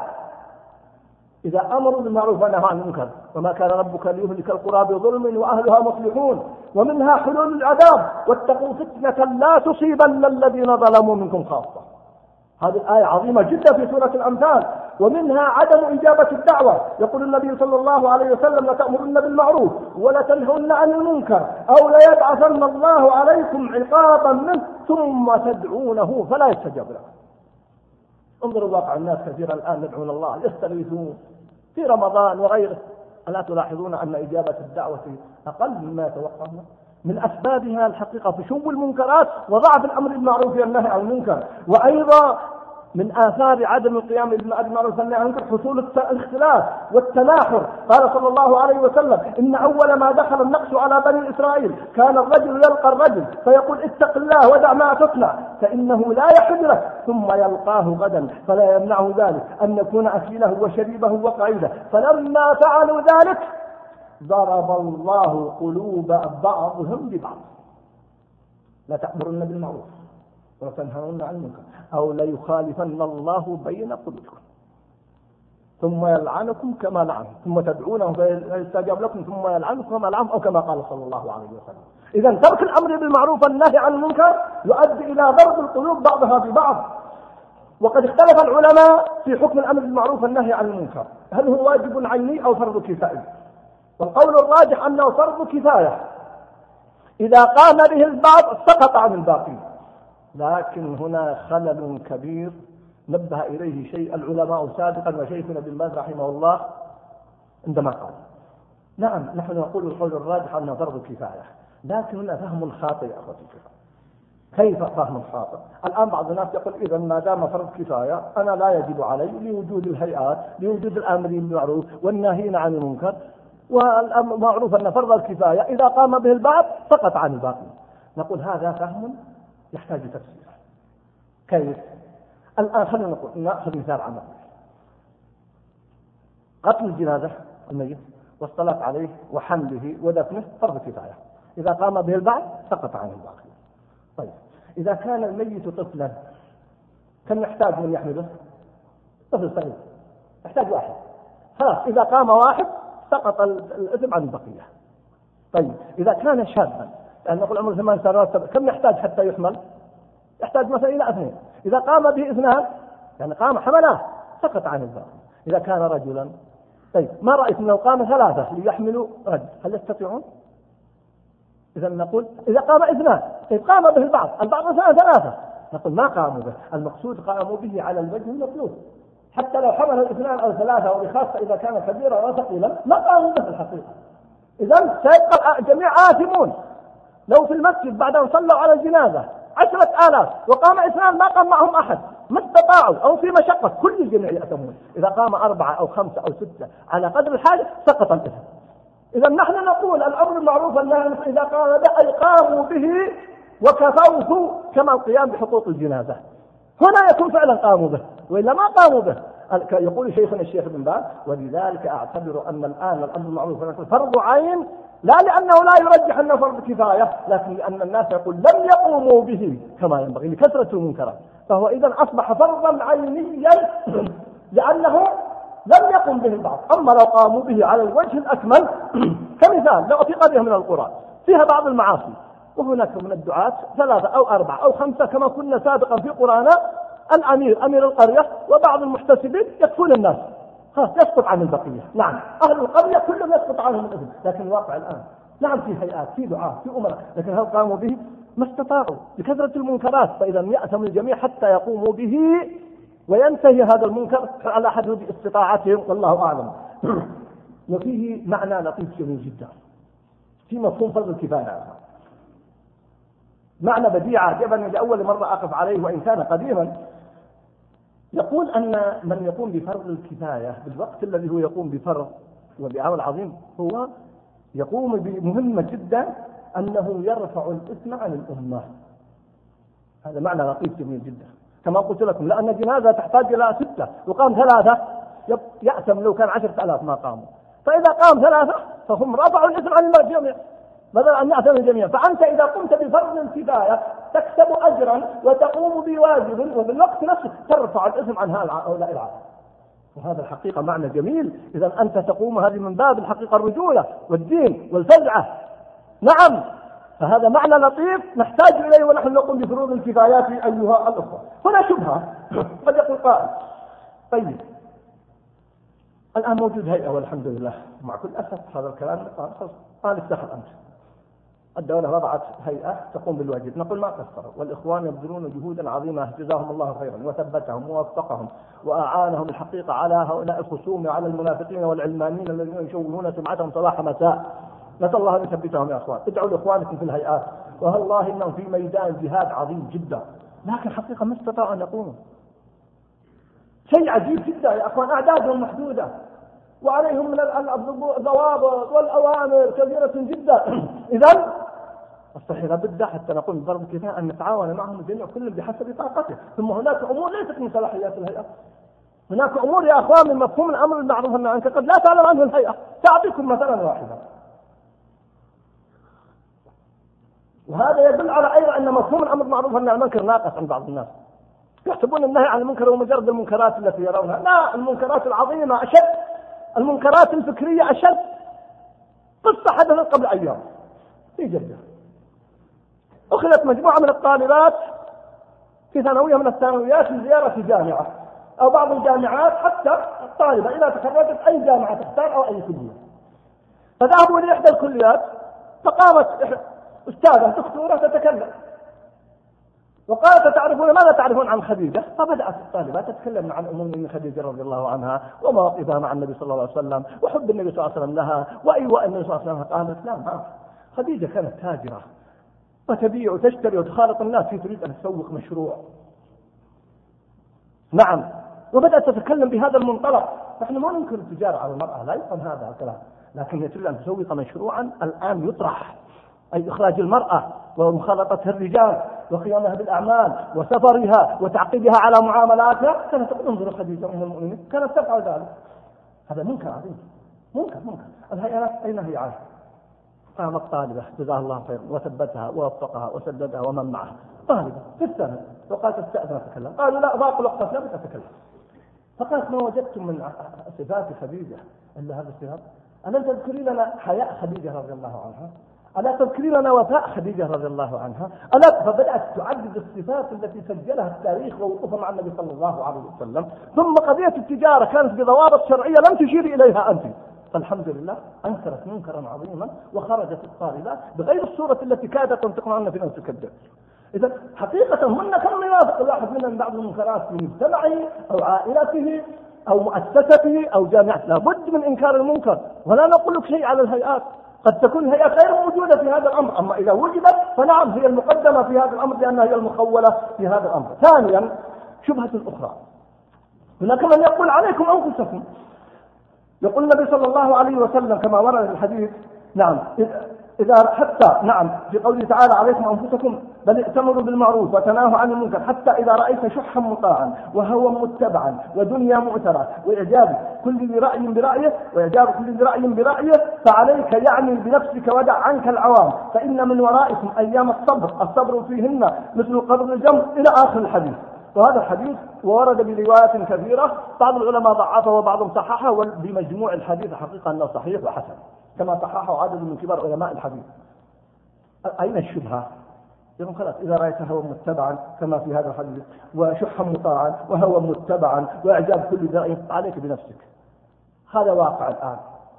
[SPEAKER 2] إذا أمروا بالمعروف ونهوا عن المنكر وما كان ربك ليهلك القرى بظلم وأهلها مصلحون. ومنها حلول العذاب واتقوا فتنة لا تصيبن الذين ظلموا منكم خاصة. هذه الآية عظيمة جدا في سورة الأمثال. ومنها عدم إجابة الدعوة يقول النبي صلى الله عليه وسلم لتأمرن بالمعروف ولتنهون عن المنكر أو ليبعثن الله عليكم عقابا منه ثم تدعونه فلا يستجاب لكم. انظروا واقع الناس كثيرا الآن يدعون الله يستغيثون في رمضان وغيره. ألا تلاحظون أن إجابة الدعوة أقل مما يتوقعون؟ من أسبابها الحقيقة فشو المنكرات وضعف الأمر بالمعروف والنهي عن المنكر. وأيضا من آثار عدم القيام بالمعروف والنهي عن المنكر حصول الاختلاف والتناحر. قال صلى الله عليه وسلم إن أول ما دخل النقص على بني إسرائيل كان الرجل يلقى الرجل فيقول اتق الله ودع ما تصنع فإنه لا يحل لك ثم يلقاه غدا فلا يمنعه ذلك أن يكون أكيله وشريبه وقعيده. فلما فعلوا ذلك ضرب الله قلوب بعضهم ببعض. لا تأمرن بالمعروف وتنهون عن المنكر أو ليخالفن الله بين قلوبكم ثم يلعنكم كما لعن ثم تدعونه فيستجاب لكم ثم يلعنكم كما لعن أو كما قال صلى الله عليه وسلم. إذا ترك الأمر بالمعروف والنهي عن المنكر يؤدي إلى ضرب القلوب بعضها ببعض. وقد اختلف العلماء في حكم الأمر بالمعروف والنهي عن المنكر هل هو واجب عيني أو فرض كفاية. والقول الراجح أنه فرض كفاية إذا قام به البعض سقط عن الباقين. لكن هنا خلل كبير نبه إليه شيء العلماء سابقا وشيخنا بن باز رحمه الله عندما قال نعم نحن نقول القول الراجح أنه فرض كفاية لكن هنا فهم خاطئ يا أخوتي الكرام. كيف فهم خاطئ؟ الآن بعض الناس يقول إذا ما دام فرض كفاية أنا لا يجب علي لوجود الهيئات لوجود الآمرين بالمعروف والناهين عن المنكر والمعروف أن فرض الكفاية إذا قام به البعض سقط عن الباقي. نقول هذا فهم يحتاج تفسير. كيف؟ الآن خلينا نقول نأخذ مثال عملي. قتل الجنازة الميت والصلاة عليه وحمله ودفنه فرض كفاية، إذا قام به البعض سقط عن الباقي. طيب إذا كان الميت طفلا كم يحتاج من يحمله؟ طفل صغير يحتاج واحد، خلاص إذا قام واحد سقط الإثم عن البقية. طيب إذا كان شابا، يعني نقول عمره ثمان سنوات كم يحتاج حتى يحمل؟ يحتاج مثلا إلى اثنين، إذا قام به اثنان يعني قام حملاه سقط عن الباقي. إذا كان رجلا، طيب ما رأيكم لو قام ثلاثة ليحملوا رجل هل يستطيعون؟ إذا نقول إذا قام اثنان، طيب قام به البعض البعض مثلا ثلاثة، نقول ما قاموا به، المقصود قاموا به على الوجه المطلوب، حتى لو حمل الاثنان أو ثلاثة وبخاصة إذا كان كبيرا وثقيلا ما قاموا به الحقيقة. إذا سيبقى الجميع آثمون. لو في المسجد بعد أن صلوا على الجنازة عشرة آلاف وقام اثنان ما قام معهم أحد ما استطاعوا أو في مشقة كل الجميع يأثمون. إذا قام أربعة أو خمسة أو ستة على قدر الحاجة سقط الإثم. إذا نحن نقول الأمر المعروف النهي إذا قام به أي قاموا به وكفوه كما القيام بحقوق الجنازة، هنا يكون فعلا قاموا به، وإلا ما قاموا به. يقول شيخنا الشيخ ابن باز ولذلك أعتبر أن الآن الأمر المعروف فرض عين، لا لأنه لا يرجح أنه فرض كفاية، لكن لأن الناس يقول لم يقوموا به كما ينبغي لكثرة المنكرات، فهو إذا أصبح فرضا عينيا لأنه لم يقم به البعض. أما لو قاموا به على الوجه الأكمل كمثال لو في قرية من القرى فيها بعض المعاصي وهناك من الدعاة ثلاثة أو أربعة أو خمسة كما كنا سابقا في قرانا، الأمير أمير القرية وبعض المحتسبين يكفون الناس خلاص يسقط عن البقية. نعم أهل القرية كلهم يسقط عنهم الإثم، لكن الواقع الآن نعم في هيئات في دعاة في أمراء، لكن هل قاموا به؟ ما استطاعوا لكثرة المنكرات. فإذا يأثم الجميع حتى يقوموا به وينتهي هذا المنكر على حدود استطاعتهم والله أعلم. وفيه معنى لطيف جميل جدا في مفهوم فرض الكفاية، معنى بديع عجبني لأول مرة أقف عليه وإن كان قديما. يقول أن من يقوم بفرض الكفاية بالوقت الذي هو يقوم بفرض وبعمل عظيم هو يقوم بمهمة جدا أنه يرفع الإثم عن الأمة. هذا معنى لطيف جميل جدا كما قلت لكم، لأن جنازة تحتاج إلى ستة وقام ثلاثة يأثم لو كان عشرة آلاف ما قاموا، فإذا قام ثلاثة فهم رفعوا الإثم عن الجميع بدل أن يأثم الجميع. فأنت إذا قمت بفرض الكفاية تكسب أجرا وتقوم بواجب وبالوقت نفسه ترفع الإثم عن هؤلاء العالم، وهذا الحقيقة معنى جميل. إذا أنت تقوم هذه من باب الحقيقة الرجولة والدين والفزعة. نعم فهذا معنى لطيف نحتاج إليه ونحن نقوم بفروض الكفايات أيها الأخوة. هنا شبهة قد يقول قائل طيب الآن موجود هيئة والحمد لله، مع كل أسف هذا الكلام قال افتخر أنت الدولة وضعت هيئة تقوم بالواجب، نقول ما قصروا والإخوان يبذلون جهودا عظيمة جزاهم الله خيرا وثبتهم ووفقهم وأعانهم الحقيقة على هؤلاء الخصوم وعلى المنافقين والعلمانيين الذين يشوهون سمعتهم صباح مساء. نسأل الله أن يثبتهم يا أخوان. ادعوا لإخوانكم في الهيئات، والله إنهم في ميدان جهاد عظيم جدا، لكن حقيقة ما استطاعوا أن يقوموا. شيء عجيب جدا يا أخوان، أعدادهم محدودة وعليهم من الضوابط والأوامر كثيرة جدا. إذن الصحيح لابد حتى نقول بضرب الكفاية أن نتعاون معهم الجميع كل بحسب طاقته. ثم هناك أمور ليست من صلاحيات الهيئة، هناك أمور يا أخوان من مفهوم الأمر المعروف والنهي عن المنكر قد لا تعلم عنه الهيئة. سأعطيكم مثلا واحدا، وهذا يدل على أيضا أن مفهوم الأمر المعروف والنهي عن المنكر ناقص عند بعض الناس، يحسبون النهي عن المنكر هو مجرد المنكرات التي يرونها. لا، المنكرات العظيمة أشد، المنكرات الفكرية أشد. قصة حدثت قبل أيام في جدة، أخذت مجموعة من الطالبات في ثانوية من الثانويات لزيارة جامعة أو بعض الجامعات، حتى الطالبة إذا تخرجت أي جامعة تختار أو أي كلية، فذهبوا لإحدى الكليات فقامت أستاذة دكتورة تتكلم وقالت تعرفون ماذا تعرفون عن خديجة؟ فبدأت الطالبات تتكلم عن أم المؤمنين خديجة رضي الله عنها ومواقفها مع النبي صلى الله عليه وسلم وحب النبي صلى الله عليه وسلم لها وأيوة النبي صلى الله عليه وسلم. قالت لا، ما خديجة كانت تاجرة وتبيع وتشتري وتخالط الناس، هي تريد أن تسوق مشروع. نعم، وبدأت تتكلم بهذا المنطلق. نحن ما ننكر التجارة على المرأة، لا يفهم هذا الكلام، لكن هي تريد أن تسوق مشروعا الآن يطرح، أي إخراج المرأة ومخالطة الرجال وقيامها بالأعمال وسفرها وتعقيدها على معاملاتها. كانت انظر خديجة أم المؤمنين كانت تفعل ذلك. هذا منكر عظيم، منكر منكر. الهيئات أين هي عنها؟ قامت طالبة جزاها الله خير وثبتها ووفقها وسددها ومن معها، طالبة في السنة وقالت استأذن أتكلم، قالوا لا ضاق الوقت لا تتكلم. فقالت ما وجدتم من صفات خديجة إلا هذا الصفات؟ ألا تذكري لنا حياء خديجة رضي الله عنها؟ ألا تذكري لنا وفاء خديجة رضي الله عنها؟ ألا فبدأت تعدد الصفات التي سجلها التاريخ ووقوفها مع النبي صلى الله عليه وسلم. ثم قضية التجارة كانت بضوابط شرعية لم تشيري إليها أنت، فالحمد لله أنكرت منكرا عظيما وخرجت الطالبة بغير الصورة التي كادت أن تقنعنا في نفسك الدين. إذا حقيقة هن كانوا يوافق الواحد منهم بعض المنكرات في مجتمعه أو عائلته أو مؤسسته أو جامعته، لابد من إنكار المنكر. ولا نقول لك شيء على الهيئات، قد تكون الهيئات غير موجودة في هذا الأمر، أما إذا وجدت فنعم هي المقدمة في هذا الأمر لأنها هي المخولة في هذا الأمر. ثانيا شبهة أخرى، هناك من يقول عليكم أنفسكم. يقول النبي صلى الله عليه وسلم كما ورد في الحديث نعم إذا حتى نعم في قوله تعالى عليكم أنفسكم بل ائتمروا بالمعروف وتناهوا عن المنكر حتى إذا رأيت شحا مطاعا وهوى متبعا ودنيا مؤثرة وإعجاب كل ذي رأي برأيه وإعجاب كل ذي رأي برأيه فعليك يعني بنفسك ودع عنك العوام فإن من ورائكم أيام الصبر الصبر فيهن مثل قبر الجمر إلى آخر الحديث. وهذا الحديث ورد بروايات كثيرة، بعض العلماء ضعفه وبعضهم صححه، وبمجموع الحديث حقيقة أنه صحيح وحسن كما صححه عدد من كبار علماء الحديث. أين الشبهة؟ يقول خلاص إذا رأيت هوى متبعا كما في هذا الحديث وشحا مطاعا وهوى متبعا وإعجاب كل ذي عليك بنفسك. هذا واقع الآن،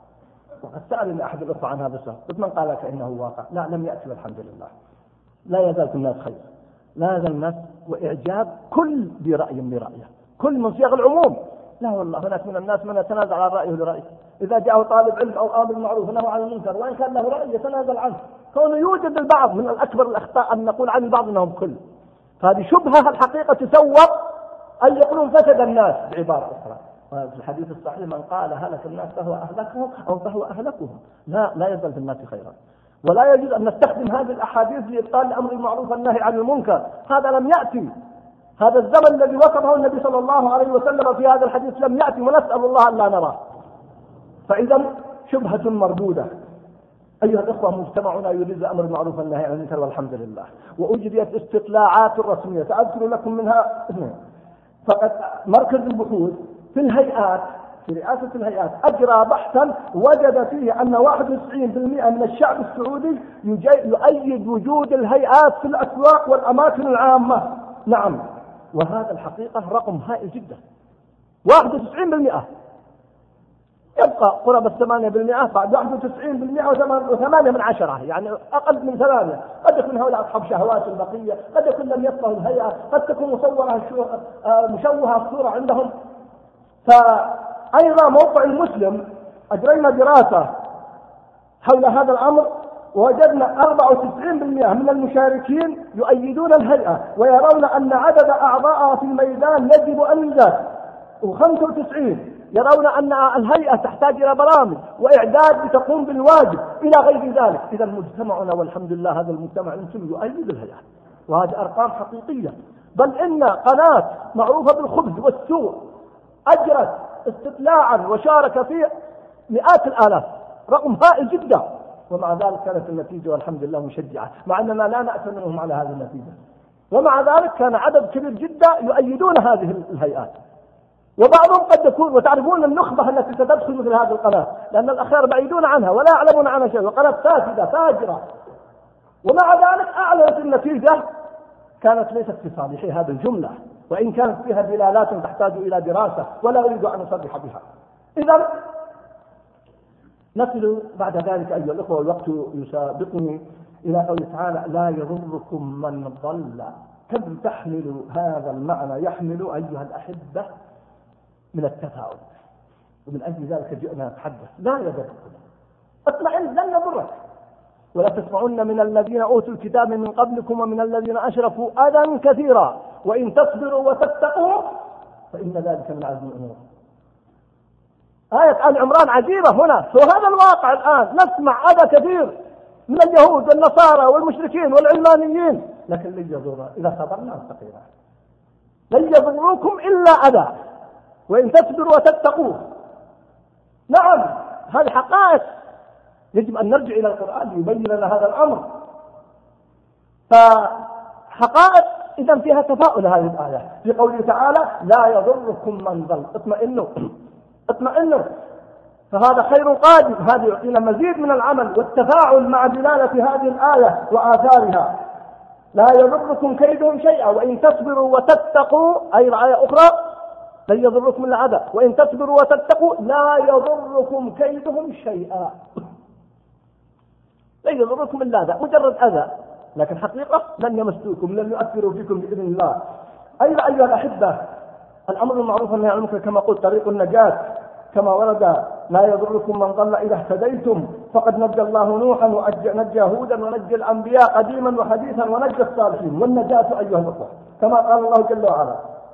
[SPEAKER 2] وقد سألني أحد الأخوة عن هذا الشيء قلت من قال لك إنه واقع؟ لا لم يأتي والحمد لله. لا يزال الناس خير، لا يزال الناس وإعجاب كل ذي رأي برأيه، كل من صيغ العموم. لا والله هناك من الناس من يتنازع عن رأيه لرأيه، إذا جاءه طالب علم أو آمر بالمعروف ونهى عن المنكر وإن كان له رأي يتنازل عنه. كونه يوجد البعض من الأكبر الأخطاء أن نقول عن البعض أنهم كل، فهذه شبهة الحقيقة تسوق أن يقولون فسد الناس بعبارة أخرى. في الحديث الصحيح من قال هلك الناس فهو أهلكهم أو فهو أهلكهم. لا لا يزال في الناس خيرا، ولا يجوز أن نستخدم هذه الأحاديث لإبطال الأمر المعروف والنهي عن المنكر. هذا لم يأتي، هذا الزمن الذي وصفه النبي صلى الله عليه وسلم في هذا الحديث لم يأتي، ونسأل الله أن لا نراه. فإذا شبهة مردودة. أيها الأخوة مجتمعنا يريد الأمر المعروف والنهي عن المنكر والحمد لله، وأجريت استطلاعات رسمية سأذكر لكم منها اثنين. فقد مركز البحوث في الهيئات في رئاسة الهيئات أجرى بحثا وجد فيه أن واحد وتسعين بالمئة من الشعب السعودي يؤيد وجود الهيئات في الأسواق والأماكن العامة. نعم، وهذا الحقيقة رقم هائل جدا، واحد وتسعين بالمئة. يبقى قرب الثمانية بالمئة بعد واحد وتسعين بالمئة وثمانية من عشرة، يعني أقل من ثمانية. قد يكون هؤلاء أصحاب شهوات البقية، قد يكون لم يفقهوا الهيئة، قد تكون مصورة مشوهة الصورة عندهم. فأيضا موقع المسلم أجرينا دراسة حول هذا الأمر ووجدنا أربعة وتسعين بالمئة من المشاركين يؤيدون الهيئة ويرون أن عدد أعضائها في الميدان يجب أن يزاد، وخمسة وتسعين يرون أن الهيئة تحتاج إلى برامج وإعداد لتقوم بالواجب إلى غير ذلك. إذا مجتمعنا والحمد لله هذا المجتمع المسلم يؤيد الهيئة، وهذه أرقام حقيقية. بل إن قناة معروفة بالخبز والسوء أجرت استطلاعا وشارك فيه مئات الآلاف، رقم هائل جدا، ومع ذلك كانت النتيجة والحمد لله مشجعة، مع أننا لا نأتي منهم على هذه النتيجة. ومع ذلك كان عدد كبير جدا يؤيدون هذه الهيئات، وبعضهم قد يكون وتعرفون النخبة التي ستدخل مثل هذه القناة، لأن الأخيار بعيدون عنها ولا يعلمون عنها شيء، وقناة فاسدة فاجرة، ومع ذلك أعلنت النتيجة كانت ليست في صالح هذه الجملة، وإن كانت فيها دلالات تحتاج إلى دراسة ولا أريد أن أصرح بها. إذا نصل بعد ذلك أيها الأخوة والوقت يسابقني إلى قوله تعالى لا يضركم من ضل. كم تحمل هذا المعنى يحمل أيها الأحبة من التفاؤل، ومن أجل ذلك جئنا نتحدث. لا يضركم، اطمئن لن يضرك. ولا تسمعن من الذين أوتوا الكتاب من قبلكم ومن الذين أشركوا أذى كثيرا وإن تصبروا وتتقوا فإن ذلك من عزم الأمور. آية آل عمران عجيبة هنا، وهذا الواقع الآن نسمع أذى كثير من اليهود والنصارى والمشركين والعلمانيين، لكن لن يضرنا إذا صبرنا واتقينا. لن يضركم إلا أذى وإن تصبروا وتتقوا. نعم، هذه حقائق يجب أن نرجع إلى القرآن ليبين لنا هذا الأمر. فحقائق إذا فيها تفاؤل هذه الآية في قوله تعالى لا يضركم من ضل. اطمئنوا اطمئنوا، فهذا خير قادم. هذا يعطينا مزيد من العمل والتفاعل مع دلالة هذه الآية وآثارها. لا يضركم كيدهم شيئا وإن تصبروا وتتقوا، أي آية أخرى لن يضركم إلا أذى، وإن تصبروا وتتقوا لا يضركم كيدهم شيئا. لن يضركم إلا أذى، مجرد أذى، لكن حقيقة لن يمسوكم، لن يؤثروا فيكم بإذن الله. أيضا أيها الأحبة، الأمر المعروف والنهي عن المنكر كما قلت طريق النجاة، كما ورد لا يضركم من ضل إذا اهتديتم، فقد نجى الله نوحا ونجى هودا ونجى الأنبياء قديما وحديثا ونجى الصالحين. والنجاة أيها الأخوة كما قال الله جل وعلا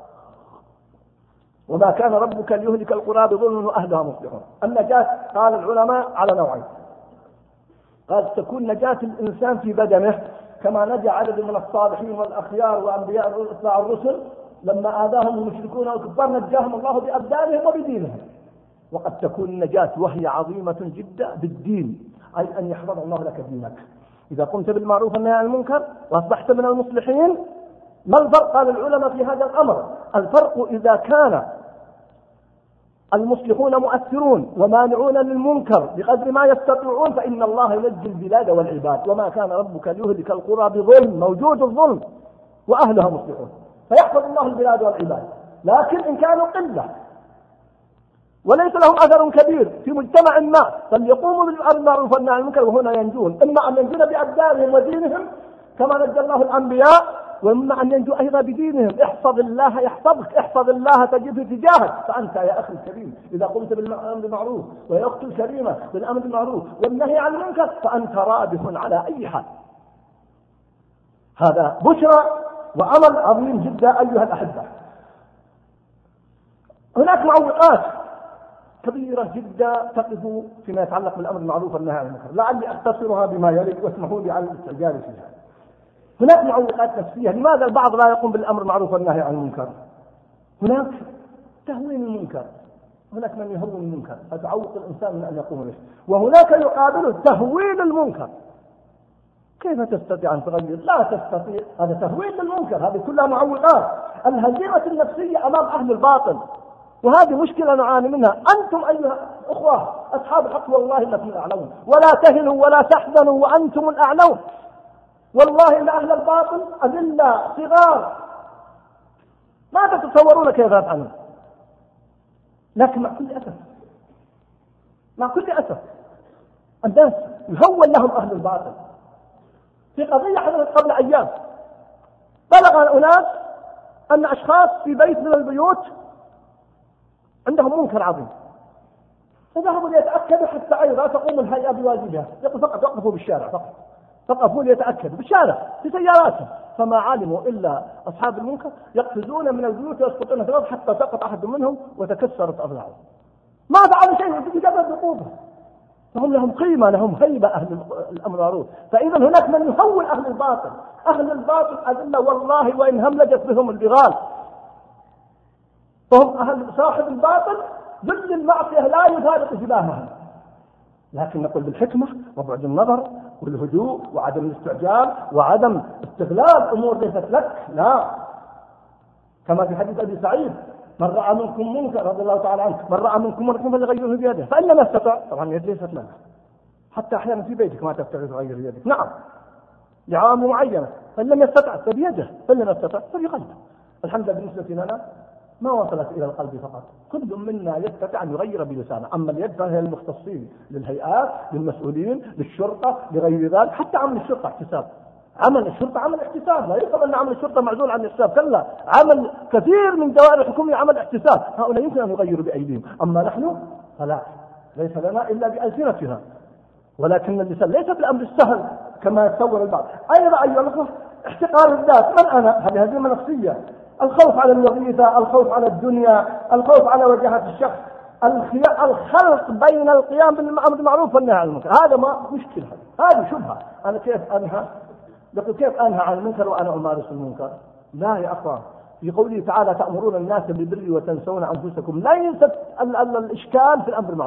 [SPEAKER 2] وما كان ربك ليهلك القرى بظلم وأهلها مصلحون. النجاة قال العلماء على نوعين، قد تكون نجاة الإنسان في بدنه كما نجى عدد من الصالحين والأخيار وأنبياء إطلاع الرسل لما آذاهم المشركون والكفار نجاهم الله بأبدانهم وبدينهم. وقد تكون النجاة وهي عظيمة جدا بالدين، أي أن يحفظ الله لك دينك. إذا قمت بالمعروف والنهي عن المنكر وأصبحت من المصلحين، ما الفرق؟ قال العلماء في هذا الأمر الفرق إذا كان المصلحون مؤثرون ومانعون للمنكر بقدر ما يستطيعون فإن الله ينجي البلاد والعباد. وما كان ربك ليهلك القرى بظلم، موجود الظلم وأهلها مصلحون، فيحفظ الله البلاد والعباد. لكن إن كانوا قلة وليس لهم أثر كبير في مجتمع ما فليقوموا بالمعروف والنهي عن المنكر وهنا ينجون، إما أن ينجون بأبدانهم ودينهم كما نجى الله الأنبياء، وإما أن ينجوا أيضا بدينهم. احفظ الله يحفظك، احفظ الله تجده تجاهك. فأنت يا أخي الكريم إذا قمت بالأمر بالمعروف ويا أختي الكريمة بالأمر بالمعروف والنهي عن المنكر فأنت رابح على أي حال. هذا بشرى وأمر عظيم جدا أيها الأحبة. هناك معوقات كبيرة جدا تقف فيما يتعلق بالأمر بالمعروف والنهي عن المنكر، لعلي أختصرها بما يلي واسمحوا لي على الاستعجال فيها. هناك معوقات نفسية. لماذا البعض لا يقوم بالأمر بالمعروف والنهي عن المنكر؟ هناك تهوين المنكر، هناك من يهون المنكر فتعوق الإنسان من أن يقوم به، وهناك يقابله تهويل المنكر. كيف تستطيع أن تغير؟ لا تستطيع، هذا تهويل للمنكر. هذه كلها معوقات. الهزيمة النفسية أمام أهل الباطل، وهذه مشكلة نعاني منها. أنتم أيها الأخوة أصحاب الحق والله لكم الأعلون، ولا تهنوا ولا تحزنوا وأنتم الأعلون. والله إن أهل الباطل أذلة صغار ما تتصورون كيف يفعلون. لكن مع كل أسف مع كل أسف الناس يهون لهم أهل الباطل. في قضية حدثت قبل أيام بلغ أناس أن أشخاص في بيت من البيوت عندهم منكر عظيم، فذهبوا ليتأكدوا حتى أيضا تقوم الهيئة بواجبها. يقول فقط وقفوا بالشارع، فقط فقفوا ليتأكدوا بالشارع في سياراتهم، فما علموا إلا أصحاب المنكر يقفزون من البيوت ويسقطون في الأرض حتى سقط أحد منهم وتكسرت أضلاعه. ما فعلوا شيء بجبل رقوبه، فهم لهم قيمة، لهم هيبة أهل الأمر بالمعروف. فإذا هناك من يهون أهل الباطل. أهل الباطل أذلة والله وإن هملجت بهم البغال، فهم أهل صاحب الباطل ذل المعصية لا يفارق جباههم. لكن نقول بالحكمة وبعد النظر والهدوء وعدم الاستعجال وعدم استغلال أمور ليست لك، لا. كما في حديث أبي سعيد من رأى منكم منكر رضي الله تعالى عنه من رأى منكم منكر فليغيره بيده فإن لم يستطع، طبعا يد ليست لنا، حتى أحيانا في بيتك ما تستطيع تغير يدك، نعم لعوامل معينة، فإن لم يستطع فبيده، فإن لم يستطع فبقلبه. الحمد لله بالنسبة لنا ما وصلت إلى القلب فقط، كل منا يستطيع أن يغير بلسانه. أما اليد فهي المختصين للهيئات، للمسؤولين، للشرطة، لغير ذلك. حتى عمل الشرطة احتساب، عمل الشرطة عمل احتساب، لا يقبل أن عمل الشرطة معزول عن الاحتساب، كلا، عمل كثير من دوائر الحكومية عمل احتساب، هؤلاء يمكن أن يغيروا بأيديهم. أما نحن فلا، ليس لنا إلا بألسنتنا، ولكن اللسان ليس بالأمر السهل كما يتصور البعض. أيضا أيها الأخوة احتقار الذات، من أنا؟ هذه هزيمة نفسية. الخوف على الوظيفة، الخوف على الدنيا، الخوف على وجاهة الشخص، الخلط بين القيام بالأمر بالمعروف والنهي عن المنكر، هذا ما مشكلة، هذه شبهة. أنا كيف أنهى؟ لكن كيف أنهى عن المنكر وأنا أمارس المنكر؟ لا يا أخوان، في قوله تعالى تأمرون الناس بالبر وتنسون أنفسكم، ليست الإشكال في الأمر بالمعروف،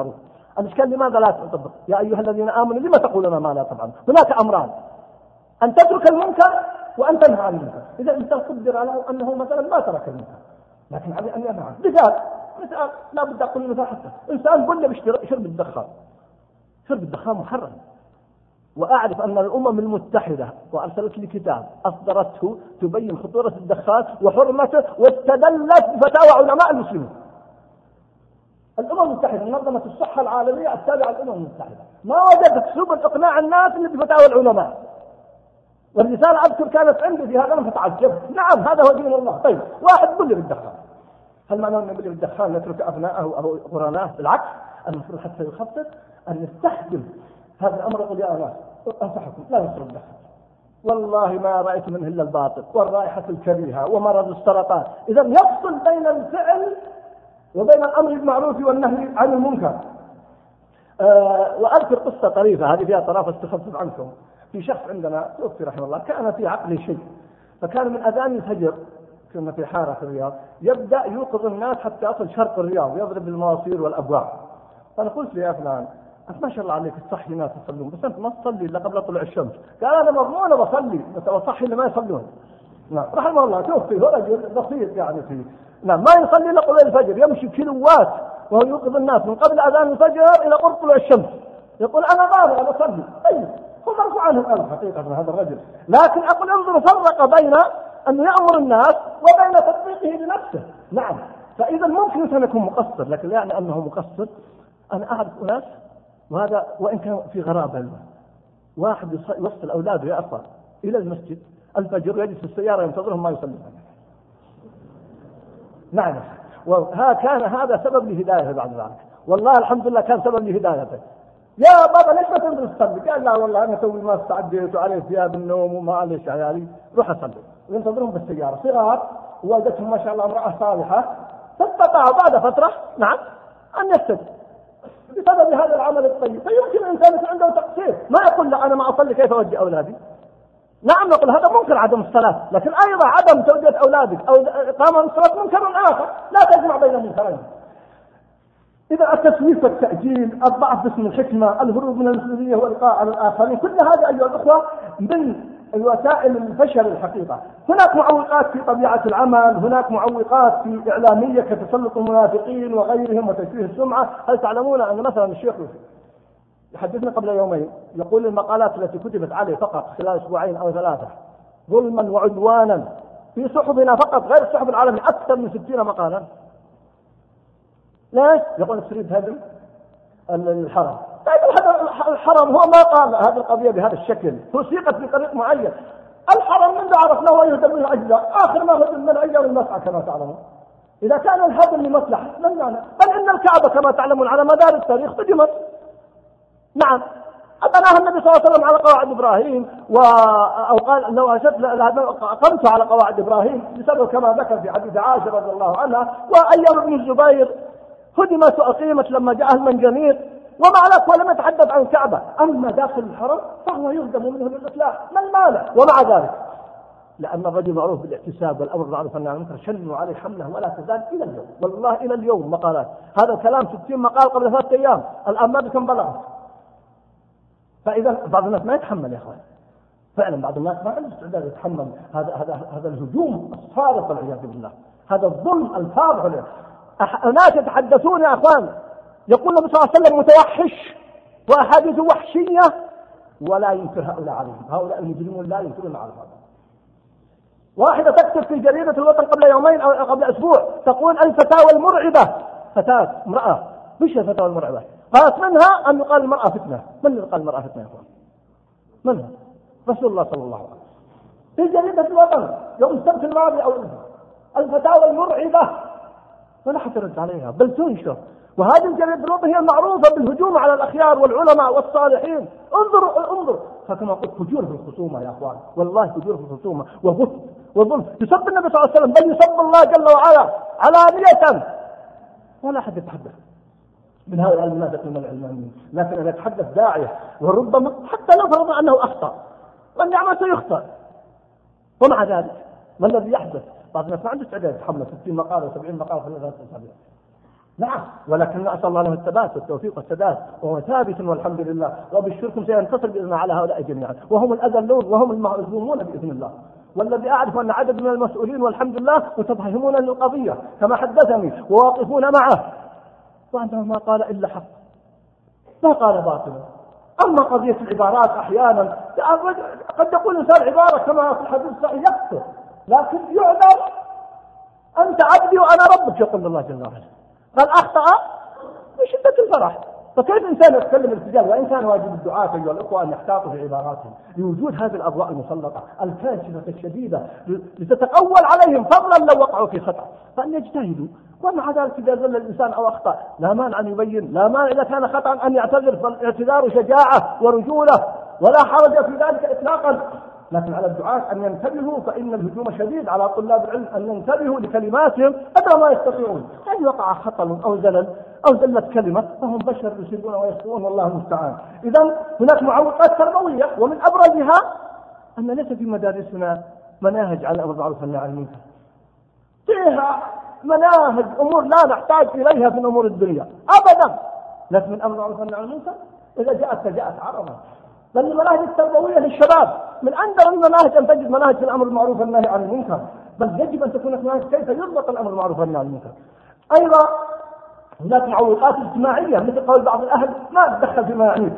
[SPEAKER 2] الإشكال لماذا لا تطبق؟ يا أيها الذين آمنوا لما تقولون ما لا تفعلون؟ هناك أمران، أن تترك المنكر وأن تنهى عن المنكر. إذا الإنسان قدر على أنه مثلا ما ترك المنكر لكن عليه أن ينهى عنه. مثال مثال لا بد أقول مثال حتى إنسان قل بشرب الدخان، شرب الدخان محرم، وأعرف أن الأمم المتحدة وأرسلت لي كتاب أصدرته تبين خطورة الدخان وحرمته واستدلت بفتاوى علماء المسلمين. الأمم المتحدة منظمة الصحة العالمية التابعة للأمم المتحدة ما وجدت أسلوب إقناع الناس إلا بفتاوى العلماء. والرسالة أذكر كانت عندي في هذا فتعجبت. نعم هذا هو دين الله. طيب واحد قل لي بالدخان، هل معناه أن يقول لي بالدخان نترك أبنائه أو قرناه؟ بالعكس، المفروض حتى يخطط أن يستخدم هذا الأمر. يقول يا ناس أنصحكم لا نشرب الدخان، والله ما رأيت منه إلا الباطل والرائحة الكريهة ومرض السرطان. إذا يفصل بين الفعل وبين الأمر بالمعروف والنهي عن المنكر. أه وأذكر قصة طريفة هذه فيها طرافة استخفف عنكم. في شخص عندنا توفي رحمه الله كان في عقله شيء، فكان من أذان الفجر كنا في حارة في الرياض يبدأ يوقظ الناس حتى يصل شرق الرياض يضرب بالمواصير والأبواب. فأنا قلت له يا فلان أنت ما شاء الله عليك تصحي ناس يصلون بس أنت ما تصلي إلا قبل طلوع الشمس. قال أنا مضمون بصلي بس أصحي اللي ما يصلون. نعم رحمه الله توفي، هو رجل بسيط يعني فيه. نعم ما يصلي إلا قبل الفجر، يمشي كيلوات وهو يوقظ الناس من قبل أذان الفجر إلى قرب طلوع الشمس. يقول أنا ما أبغى أصلي. طيب هو مرفوع عنه الأمر حقيقة من هذا الرجل، لكن أقول انظروا فرق بين أنه يأمر الناس وبين تطبيقه لنفسه. نعم فإذا ممكن أن يكون مقصر، لكن لا يعني أنه مقصر. أنا أعرف أناس وهذا وإن كان في غرابة، واحد يوصل أولاده يا أخوان إلى المسجد الفجر ويجلس في السيارة ينتظرهم ما يصلون. نعم وها كان هذا سبب لهدايته بعد ذلك، والله الحمد لله كان سبب لهدايته. يا بابا ليش ما تنزل تصلي؟ قال لا والله أنا توي ما استعديت وعلي ثياب النوم وما ليش عيالي روح أصلي. وينتظرهم بالسيارة صغار ووالدتهم ما شاء الله امرأة صالحة، فاستطاعوا بعد فترة نعم أن يستجيب بسبب هذا العمل الطيب. فيمكن الإنسان يكون عنده تقصير، ما يقول لا أنا ما أصلي كيف أوجه أولادي. نعم نقول هذا ممكن عدم الصلاة، لكن أيضا عدم توجيه أولادك أو إقامة الصلاة منكر آخر، لا تجمع بين المنكرين. إذا التسويف والتأجيل، الضعف باسم الحكمة، الهروب من المسؤولية والإلقاء على الآخرين، كل هذا أيها الأخوة من الوسائل الفشل الحقيقة. هناك معوقات في طبيعة العمل، هناك معوقات في إعلامية كتسلط المنافقين وغيرهم وتشويه السمعة. هل تعلمون أن مثلا الشيخ يحدثنا قبل يومين يقول المقالات التي كتبت عليه فقط خلال أسبوعين أو ثلاثة ظلما وعدوانا في صحفنا فقط غير الصحف العالمية أكثر من ستين مقالا. ليش؟ يقول تريد هدم الحرم. طيب الحرم هو ما قال هذه القضية بهذا الشكل، هو سيقت بطريق معين. الحرم منذ عرفناه ويهدم من أجله، آخر ما هدم من أجله المسعى كما تعلمون. إذا كان الهدم لمصلحة من معنى؟ بل إن الكعبة كما تعلمون على مدار التاريخ هدمت. نعم أبناها النبي صلى الله عليه وسلم على قواعد إبراهيم و... أو قال لو أشد قمت على قواعد إبراهيم بسبب كما ذكر في حديث عائشة رضي الله عنها. وأيام ابن الزبير هدمت وأقيمت لما جاء المنجنيق ومع ذلك ولم يتحدث عن الكعبة. أما داخل الحرم فهو يهدم منه الإصلاح، ما المانع؟ ومع ذلك لأن الرجل معروف بالاحتساب والأمر بالمعروف والنهي عن المنكر شنوا عليه حمله ولا تزال إلى اليوم، والله إلى اليوم مقالات. هذا الكلام ستين مقال قبل ثلاثة أيام، الآن ما بكم بلغت. فإذا بعض الناس ما يتحمل يا أخوان، فعلا بعض الناس ما عنده استعداد يتحمل هذا هذا هذا الهجوم الصارخ والعياذ بالله، هذا الظلم الفاضح. ناس يتحدثون يا أخوان يقول النبي صلى الله عليه وسلم متوحش وأحاديث وحشية ولا ينكر هؤلاء عليهم، هؤلاء المجرمون لا ينكرون على هذا. واحدة تكتب في جريدة الوطن قبل يومين أو قبل أسبوع تقول الفتاوى المرعبة، فتاة امرأة، مش الفتاوى المرعبة، قالت منها أن يقال المرأة فتنة. من اللي قال المرأة فتنة يا أخوان؟ منها رسول الله صلى الله عليه وسلم في جريدة الوطن يوم السبت الماضي أو الفتاوى المرعبة، ولا حتى رد عليها بل تنشر. وهذه الجريدة الوطن هي المعروفة بالهجوم على الأخيار والعلماء والصالحين. انظروا انظروا فكما قلت فجور في الخصومة يا أخوان، والله فجور في الخصومة وظلم وظلم. يسب النبي صلى الله عليه وسلم بل يسب الله جل وعلا علانية ولا أحد يتحدث من هؤلاء المنافقين العلمانيين. لكن أن يتحدث داعية وربما حتى لو فرض أنه أخطأ وأن يعمل سيخطأ، ومع ذلك ما الذي يحدث؟ بعض الناس ما عنده استعداد يتحمل ستين مقالة وسبعين مقالة في ثلاثة أسابيع. نعم، ولكن أسأل الله له الثبات والتوفيق والسداد، وهو ثابت والحمد لله، وبشركم سينتصر بإذن الله على هؤلاء جميعا، وهم الأذلون وهم المظلومون بإذن الله. والذي أعرف أن عدد من المسؤولين والحمد لله متفهمون للقضية كما حدثني وواقفون معه، وأنه ما قال إلا حق، ما قال باطلا. أما قضية العبارات أحيانا قد يقول الإنسان عبارة كما في الحديث الصحيح يكثر، لكن يعذر أنت عبدي وأنا ربك يقول الله جل وعلا. قال أخطأ بشدة الفرح، فكيف إنسان يتكلم الرجال؟ وإن كان واجب الدعاة أيها الأخوة أن يحتاطوا في عباراتهم لوجود هذه الأضواء المسلطة الكاشفة الشديدة لتتقول عليهم فضلا لو وقعوا في خطأ، فأن يجتهدوا. ومع ذلك إذا زل الإنسان أو أخطأ لا مانع أن يبين، لا مانع إذا كان خطأ أن يعتذر، فالاعتذار شجاعة ورجولة ولا حرج في ذلك إطلاقا. لكن على الدعاة أن ينتبهوا، فإن الهجوم شديد على طلاب العلم، أن ينتبهوا لكلماتهم قدر ما يستطيعون. أن وقع خطأ أو زلل أو زلت كلمة فهم بشر يصيبون ويخطئون والله المستعان. إذن هناك معوقات تربوية، ومن أبرزها أن ليس في مدارسنا مناهج على الأمر بالمعروف والنهي عن المنكر، فيها مناهج أمور لا نحتاج إليها في أمور الدنيا أبدا، لكن من الأمر بالمعروف والنهي عن المنكر إذا جاءت فجاءت عرضا. بل المناهج التربوية للشباب من أندر المناهج أن تجد مناهج في الأمر بالمعروف والنهي عن المنكر، بل يجب أن تكون مناهج كيف يضبط الأمر بالمعروف والنهي عن المنكر. أيضا هناك معوقات اجتماعية مثل قول بعض الأهل ما تدخل فيما يعنيك،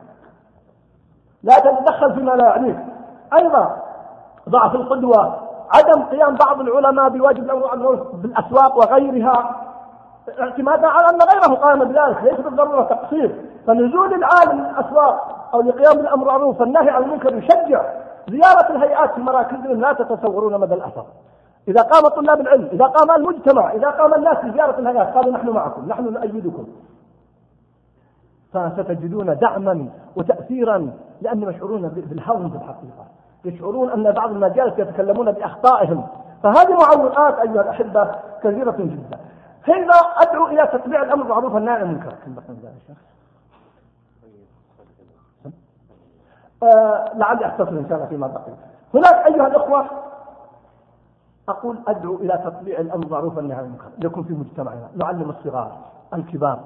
[SPEAKER 2] لا تتدخل فيما لا يعنيك. أيضا ضعف القدوة، عدم قيام بعض العلماء بواجب الأمر بالمعروف بالأسواق وغيرها اعتمادا على أن غيره قام بذلك، ليس بالضرورة تقصير. فنزول العالم من الأسواق أو لقيام بالأمر بالمعروف والنهي عن المنكر يشجع. زيارة الهيئات في مراكزهم لا تتصورون مدى الأثر. إذا قام طلاب العلم، إذا قام المجتمع، إذا قام الناس بزيارة الهيئات قالوا نحن معكم، نحن نؤيدكم، فستجدون دعما وتأثيرا، لأنهم يشعرون بالهون في الحقيقة، يشعرون أن بعض المجالس يتكلمون بأخطائهم. فهذه معوقات أيها الأحبة كثيرة جدا. هذا أدعو إلى تطبيع الأمر بالمعروف والنهي عن المنكر. آه لعلي أختصر إن شاء الله فيما بقي. هناك أيها الأخوة أقول أدعو إلى تطبيع الأمر بالمعروف والنهي عن المنكر يكون في مجتمعنا، نعلم الصغار الكبار،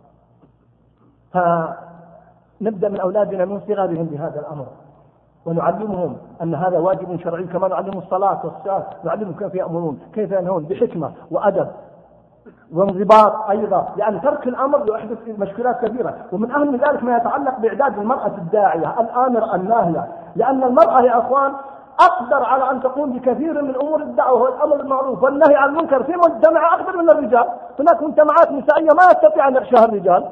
[SPEAKER 2] فنبدأ من أولادنا من صغارهم بهذا الأمر، ونعلمهم أن هذا واجب شرعي، كما نعلمهم الصلاة والصيام، نعلمهم كيف يأمرون، كيف ينهون بحكمة وأدب وانضباط أيضا، لأن ترك الأمر يحدث مشكلات كبيرة. ومن أهم ذلك ما يتعلق بإعداد المرأة الداعية الآمر الناهية، لأن المرأة يا أخوان أقدر على أن تقوم بكثير من أمور الدعوة والأمر بالمعروف والنهي عن المنكر في مجتمع أكثر من الرجال. هناك مجتمعات نسائية ما يستطيع أن يخشاها الرجال،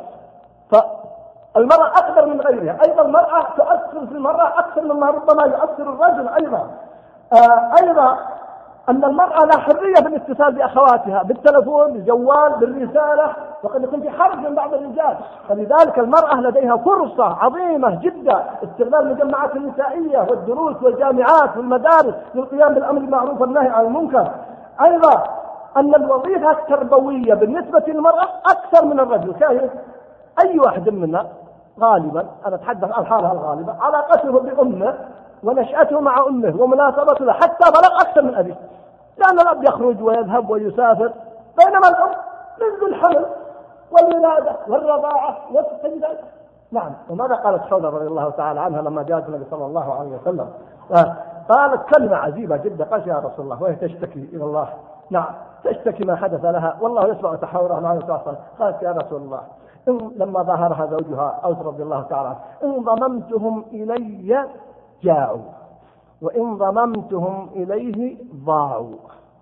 [SPEAKER 2] فالمرأة أكثر من غيرها. أيضا المرأة تؤثر في المرأة أكثر مما ربما يؤثر الرجل. أيضا آه أيضا أن المرأة لا حرية في الاتصال بأخواتها بالتلفون بالجوال بالرسالة، وقد يكون في حرج من بعض الرجال. فلذلك المرأة لديها فرصة عظيمة جدا استغلال المجمعات النسائية والدروس والجامعات والمدارس للقيام بالأمر بالمعروف والنهي عن المنكر. أيضا أن الوظيفة التربوية بالنسبة للمرأة أكثر من الرجل. كيف؟ أي واحد منا غالبا، أنا أتحدث عن الحالة الغالبة، علاقته بأمه ونشأته مع أمه ومناسبته له حتى بلغ أكثر من أبيه، لأن الأب يخرج ويذهب ويسافر، بينما الأم منذ الحمل والولادة والرضاعة والتجديد. نعم. وماذا قالت حولة رضي الله تعالى عنها لما جاءت النبي صلى الله عليه وسلم؟ قالت كلمة عجيبة جدا، قالت يا رسول الله، وهي تشتكي إلى الله، نعم تشتكي ما حدث لها والله يسمع تحاورها مع النبي صلى الله عليه وسلم. قالت يا رسول الله، لما ظهرها زوجها أوس رضي الله تعالى عنه، إن ضممتهم إلي جاءوا وإن ضممتهم إليه ضاعوا.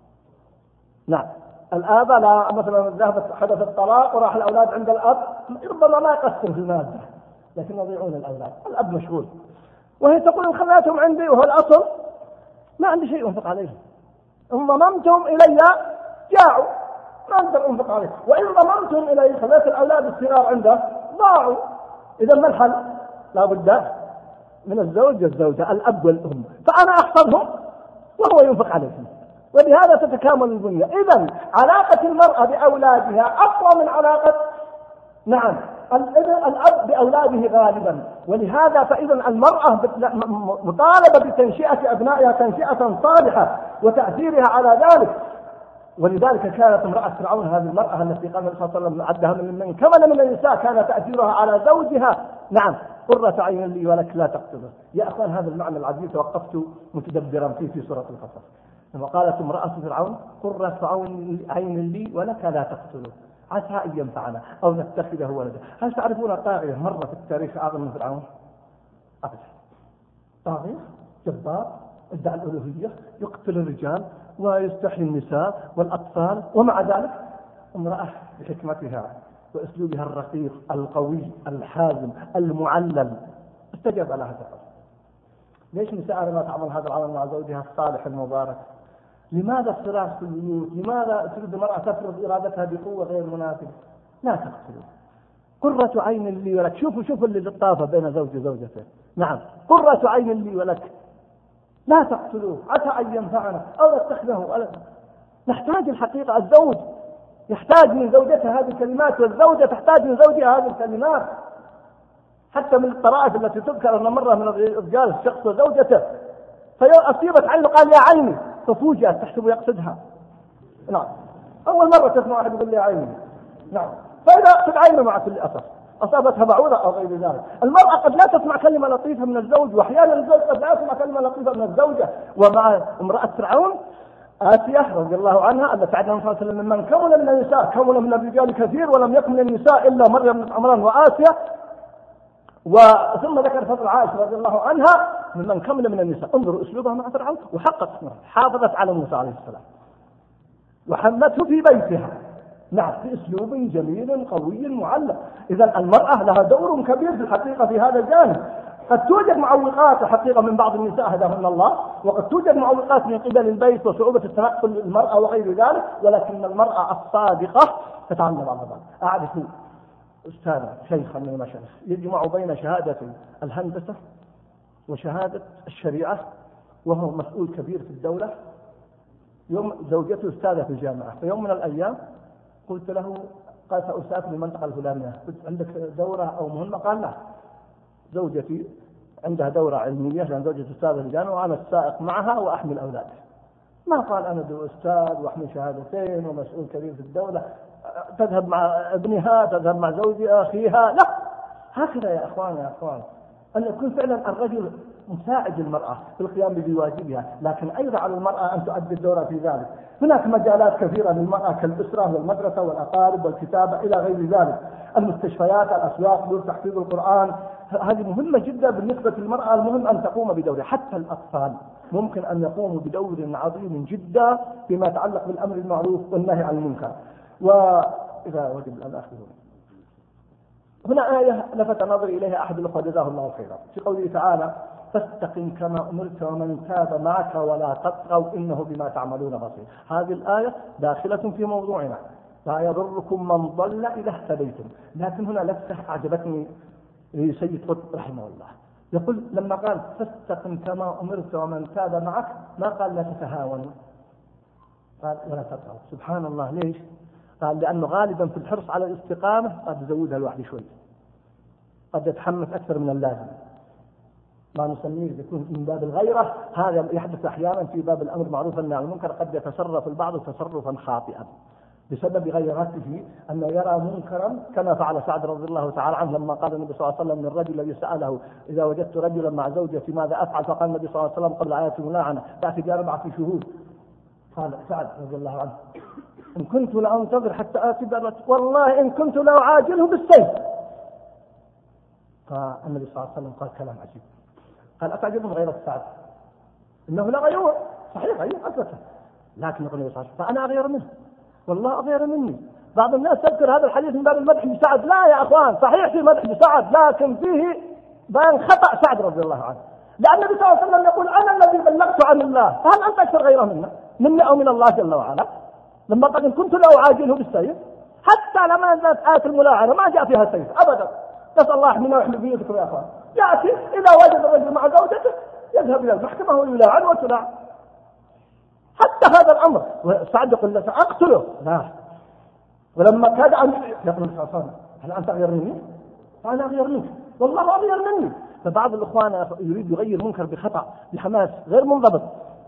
[SPEAKER 2] نعم. الآباء لا مثلا ذهبت حدث الطلاق وراح الأولاد عند الأب، ربما ما يقصر في المادة لكن يضيعون الأولاد، الأب مشغول، وهي تقول إن خليتهم عندي وهو الأصل ما عندي شيء أنفق عليهم، إن ضممتهم إلي جاعوا ما أقدر أنفق عليهم، وإن ضممتهم إلي خليت الأولاد الصغار عنده ضاعوا. إذا ما الحل؟ لا بد من الزوج والزوجة الأب والأم، فأنا أحفظهم وهو ينفق عليهم، ولهذا تتكامل البنية. إذن علاقة المرأة بأولادها أقوى من علاقة نعم الأب بأولاده غالبا. ولهذا فإذا المرأة مطالبة بتنشئة أبنائها تنشئة صالحة وتأثيرها على ذلك. ولذلك كانت امرأة فرعون هذه المرأة التي قال النبي صلى الله عليه وسلم عدها من من كمل من النساء كان تأثيرها على زوجها. نعم قرة عين لي ولك لا تقتله. يا أخوان هذا المعنى العجيب توقفت متدبرا فيه في سورة القصص لما قالت امرأة فرعون قرة عين لي ولك لا تقتله عسى أن ينفعنا أو نتخذه ولدا. هل تعرفون طاغية مرة في التاريخ أعظم من فرعون؟ أبدا. طاغية جبار ادعى الألوهية يقتل الرجال ويستحيي النساء والأطفال، ومع ذلك امرأة بحكمتها وأسلوبها الرقيق القوي الحازم المعلل استجاب لها هذا. ليش نساء ما تعمل هذا العمل مع زوجها الصالح المبارك؟ لماذا الصراع في البيوت؟ لماذا تريد المرأة تفرض إرادتها بقوة غير مناسبة؟ لا تقتلوا. قرة عين لي ولك. شوفوا شوفوا اللي الطافة بين زوج وزوجته. نعم قرة عين لي ولك لا تقتلوه عسى أن ينفعنا أو نتخذه ولدا. نحتاج الحقيقة الزوج يحتاج من زوجته هذه الكلمات والزوجة تحتاج من زوجها هذه الكلمات. حتى من الطرائف التي تذكر أن مرة من الرجال الشخص وزوجته فأصيبت عينه قال يا عيني ففوجئت تحسب يقصدها. نعم أول مرة تسمع أحد يقول لي يا عيني. نعم فإذا أقصد عينه مع كل أسف أصابتها بعوضة أو غير ذلك. المرأة قد لا تسمع كلمة لطيفة من الزوج وأحيانا الزوج قد لا يسمع كلمة لطيفة من الزوجة. ومع امرأة فرعون آسية رضي الله عنها التي عدنا صلى الله عليه وسلم من كمل من النساء كمل من الرجال كثير ولم يكن من النساء إلا مريم بن عمران وآسيا. وثم ذكر فضل عائشة رضي الله عنها من كمل من النساء. انظروا أسلوبها مع فرعون وحققت حافظت على موسى عليه السلام وحمته في بيتها. نعم بأسلوب جميل قوي معلق. إذا المرأة لها دور كبير في الحقيقة في هذا الجانب. قد توجد معوقات الحقيقة من بعض النساء هداهن الله وقد توجد معوقات من قبل البيت وصعوبة التنقل للمرأة وغير ذلك، ولكن المرأة الصادقة تتعلم على ذلك. أعرف أستاذا شيخا من المشايخ يجمع بين شهادة الهندسة وشهادة الشريعة وهو مسؤول كبير في الدولة. يوم زوجته أستاذة في الجامعة في يوم من الأيام قلت له قال سأسافر للمنطقة الفلانية قلت عندك دورة أو مهمة؟ قال لا زوجتي عندها دورة علمية لأن زوجتي أستاذة في الجامعة وأنا السائق معها وأحمل أولادها. ما قال أنا أستاذ وأحمل شهادتين ومسؤول كبير في الدولة تذهب مع ابنها تذهب مع زوج أخيها. لا هكذا يا أخوان يا أخوان أن يكون فعلا الرجل مساعد المرأة في القيام بواجبها، لكن أيضا على المرأة أن تؤدي الدور في ذلك. هناك مجالات كثيرة للمرأة كالأسرة والمدرسة والأقارب والكتابة إلى غير ذلك. المستشفيات الأسواق دور تحفيظ القرآن هذه مهمة جدا بالنسبة للمرأة. المهم أن تقوم بدورها. حتى الأطفال ممكن أن يقوموا بدور عظيم جدا فيما يتعلق بالأمر المعروف والنهي عن المنكر. وإذا وجب الآن آخرون هنا آية لفت نظري إليها أحد الأخوة جزاه الله خيرا في قوله تعالى فاستقم كما أمرت ومن تاب معك ولا تطغوا إنه بما تعملون بصير. هذه الآية داخلة في موضوعنا لا يضركم من ضل إذا اهتديتم. لكن هنا لفتة أعجبتني لسيد قطب رحمه الله يقول لما قال فاستقم كما أمرت ومن تاب معك ما قال لا تتهاونوا قال ولا تطغوا. سبحان الله ليش؟ قال لأنه غالبا في الحرص على الاستقامة قد يزودها الواحد شوي قد يتحمس أكثر من اللازم ما نسميه يكون من باب الغيرة. هذا يحدث أحيانا في باب الأمر معروف والنهي عن المنكر قد يتصرف البعض تصرفا خاطئا بسبب غيرته أنه يرى منكرا كما فعل سعد رضي الله تعالى عنه لما قال النبي صلى الله عليه وسلم للرجل الذي سأله إذا وجدت رجلا مع زوجتي ماذا أفعل؟ فقال النبي صلى الله عليه وسلم قبل آيات الملاعنة تأتي بأربعة شهود. قال سعد رضي الله عنه إن كنت لأنتظر حتى آتي بأربعة والله إن كنت لأعاجله بالسيف. فالنبي صلى الله عليه وسلم قال كلام عجيب قال أتعجب من غيرة سعد إنه لا غيور صحيح أيه أثبته لكن يقول النبي صلى الله عليه وسلم فأنا أغير منه والله أغير مني. بعض الناس تذكر هذا الحديث من باب المدح بسعد. لا يا أخوان صحيح في مدح بسعد لكن فيه بيان خطأ سعد رضي الله عنه لأن النبي صلى الله عليه وسلم يقول أنا الذي بلغت عن الله فهل أنت أكثر غيره منا مني أو من الله جل وعلا؟ لما قال إن كنت لا أعاجله بالسيف حتى لما نزلت آية الملاعنة ما جاء فيها سيف أبدا. نسأل الله يحمينا ويحمي بيوتكم يا أخوان. يأتي إذا وجد الرجل مع زوجته يذهب إلى المحكمة ويلاعن وتلاعن. حتى هذا الأمر سعد يقول لك أقتله لا ولما كاد أن يقول الحصان هل أنت أغير مني؟ فأنا أغير منك والله أغير مني. فبعض الإخوان يريد يغير منكر بخطأ بحماس غير منضبط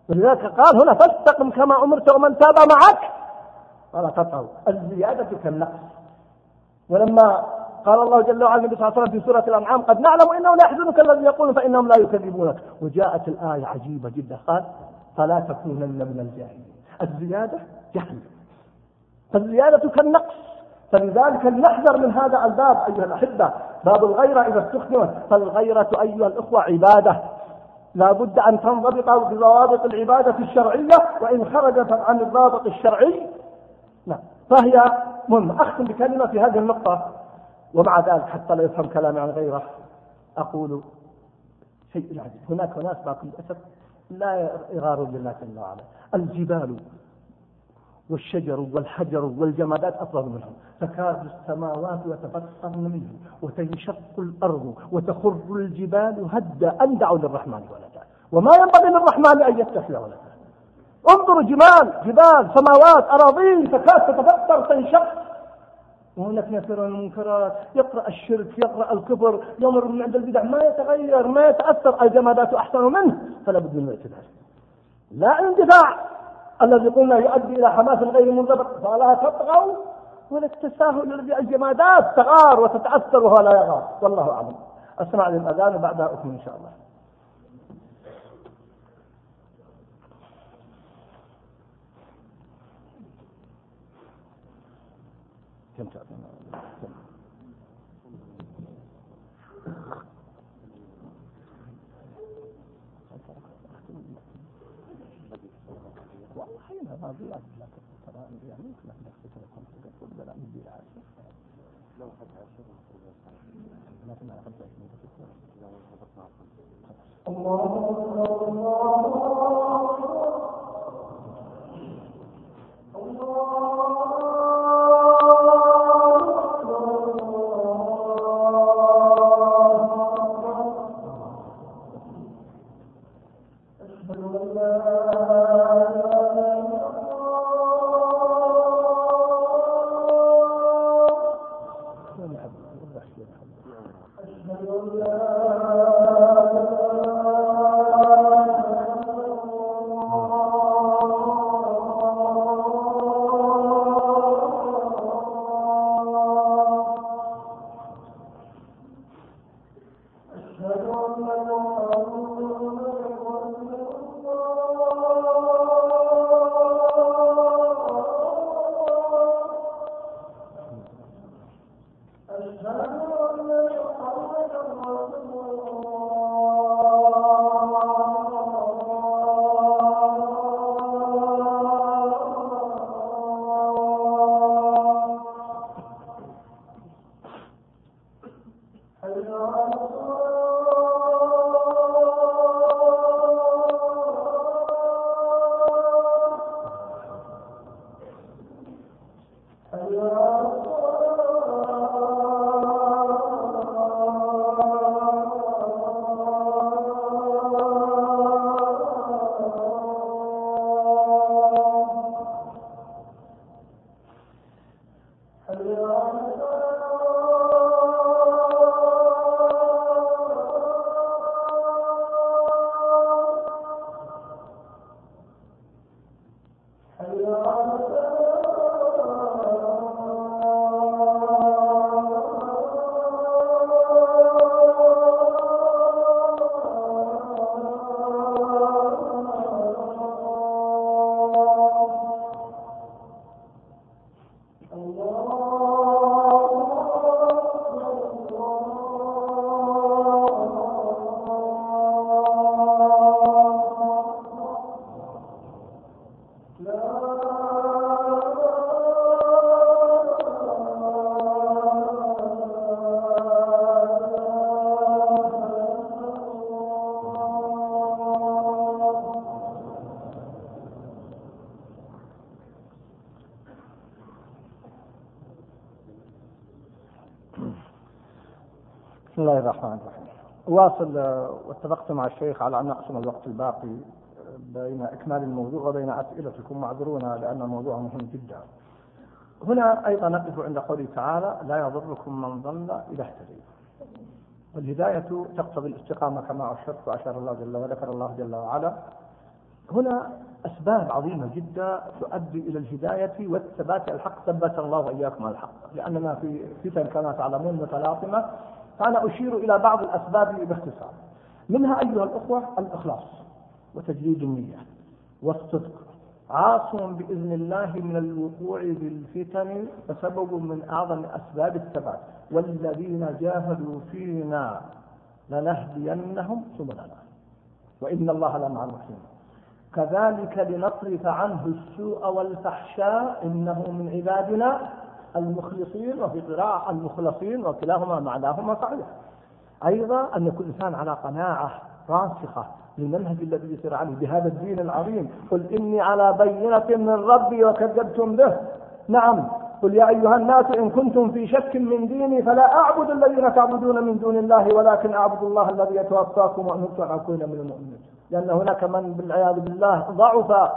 [SPEAKER 2] ولذلك قال هنا فاستقم كما أمرت ومن تاب معك ولا تطغوا. الزيادة كالنقص. ولما قال الله جل وعلا النبي صلى الله عليه وسلم في سورة الأنعام قد نعلم إنه لا يحزنك الذي يقول فإنهم لا يكذبونك، وجاءت الآية عجيبة جدا قال فلا تكونن من الجاهلين. الزيادة جهل، فالزيادة كالنقص. فلذلك نحذر من هذا الباب أيها الأحبة، باب الغيرة إذا استخدمت. فالغيرة أيها الأخوة عبادة، لا بد أن تنضبط بضوابط العبادة الشرعية، وإن خرجت عن الضابط الشرعي لا فهي مهمة. أختم بكلمة في هذه النقطة، ومع ذلك حتى لا يفهم كلامي عن غيره أقول شيء عجيب. هناك ناس باكم للأسف لا يغاروا بالله جل وعلا. الجبال والشجر والحجر والجمادات أفضل منهم، تكاد السماوات يتفطرن منه وتنشق الأرض وتخر الجبال هدا أن دعوا للرحمن ولدا، وما ينبغي للرحمن أن يتخذ ولدا. انظروا جبال جبال سماوات أراضين تكاد تتفطر تنشق، وهناك نفر المنكرات، يقرأ الشرك يقرأ الكفر يمر من عند البدع ما يتغير ما يتأثر، الجمادات أحسن منه، فلا بد من الاعتدال لا اندفاع الذي قلنا يؤدي إلى حماس غير منضبط. فلا تطغوا ولا التساهل الذي الجمادات تغار وتتأثر وهو لا يغار. والله أعلم. أسمع للأذان وبعدها أكمل إن شاء الله. كم تعطينا؟ والله هنا راضي لكن ترى يعني يمكن أن نختار لكم تقول بلا ندي العاشر لو حد عاشر لكن أنا خمسة عشرين الله الله الله بسم الله الرحمن الرحيم. واصل واتفقت مع الشيخ على أن نقسم الوقت الباقي بين إكمال الموضوع وبين أسئلتكم، معذرون لأن الموضوع مهم جدا. هنا أيضا نقف عند قوله تعالى لا يضركم من ضل إذا اهتديتم، والهداية تقتضي الاستقامة كما أشرت وأشار الله جل وذكر الله جل وعلا هنا أسباب عظيمة جدا تؤدي إلى الهداية والثبات الحق، ثبت الله وإياكم على الحق، لأننا في فتن كما تعلمون متلاطمة، فأنا أشير إلى بعض الأسباب باختصار. منها أيها الأخوة الإخلاص وتجديد النية والصدق، عاصم بإذن الله من الوقوع بالفتن فسبب من أعظم أسباب الثبات. والذين جاهدوا فينا لنهدينهم سبلنا وإن الله لمع المحسنين. كذلك لنصرف عنه السوء والفحشاء إنه من عبادنا المخلصين، وفي قراءة المخلصين، وكلاهما معناهما صحيح. أيضا أن يكون الإنسان على قناعة راسخة للمنهج الذي يسير عليه بهذا الدين العظيم. قل إني على بينة من ربي وكذبتم به. نعم، قل يا أيها الناس إن كنتم في شك من ديني فلا أعبد الذين تعبدون من دون الله ولكن أعبد الله الذي يتوفاكم وأنتم أكون من المؤمنين. لأن هناك من بالعياذ بالله ضعف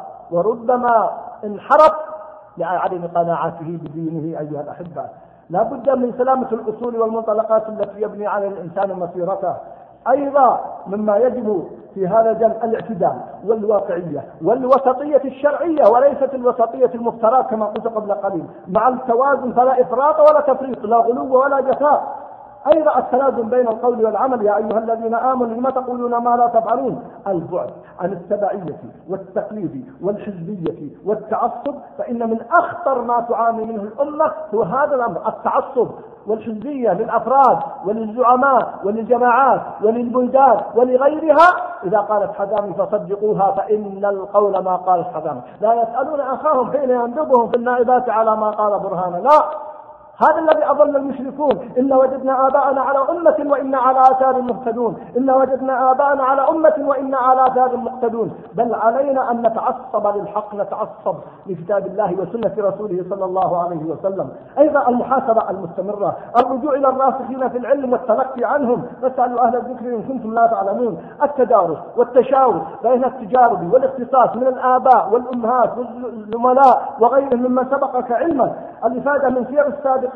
[SPEAKER 2] وربما انحرف لعدم قناعته بدينه. أيها الأحبة، لا بد من سلامة الأصول والمنطلقات التي يبني عليها الإنسان مسيرته. أيضا مما يجب في هذا الجانب الاعتدال والواقعية والوسطية الشرعية، وليست الوسطية المفترض كما قلت قبل قليل، مع التوازن فلا إفراط ولا تفريط، لا غلو ولا جفاء. أيضا التلازم بين القول والعمل. يا أيها الذين آمنوا لما تقولون ما لا تفعلون. البعد عن التبعية والتقليد والحزبية والتعصب، فإن من أخطر ما تعاني منه الأمة هو هذا الأمر، التعصب والحزبية للأفراد وللزعماء وللجماعات وللبلدان ولغيرها. إذا قالت حزامي فصدقوها فإن القول ما قالت حزامي. لا يسألون أخاهم حين يندبهم في النائبات على ما قال برهانا. لا، هذا الذي أضل المشركون. إن وجدنا آباءنا على أمة وإنا على آثار مقتدون. إن وجدنا آباءنا على أمة وإنا على آثار مقتدون. بل علينا أن نتعصب للحق، نتعصب لكتاب الله وسنة رسوله صلى الله عليه وسلم. أيضا المحاسبة المستمرة، الرجوع إلى الراسخين في العلم والتلقي عنهم، فاسألوا أهل الذكر إن كنتم لا تعلمون. التدارس والتشاور بين التجارب والاختصاص من الآباء والأمهات والزملاء وغيرهم ممن سبقك علما. الإفادة من سير السابقين.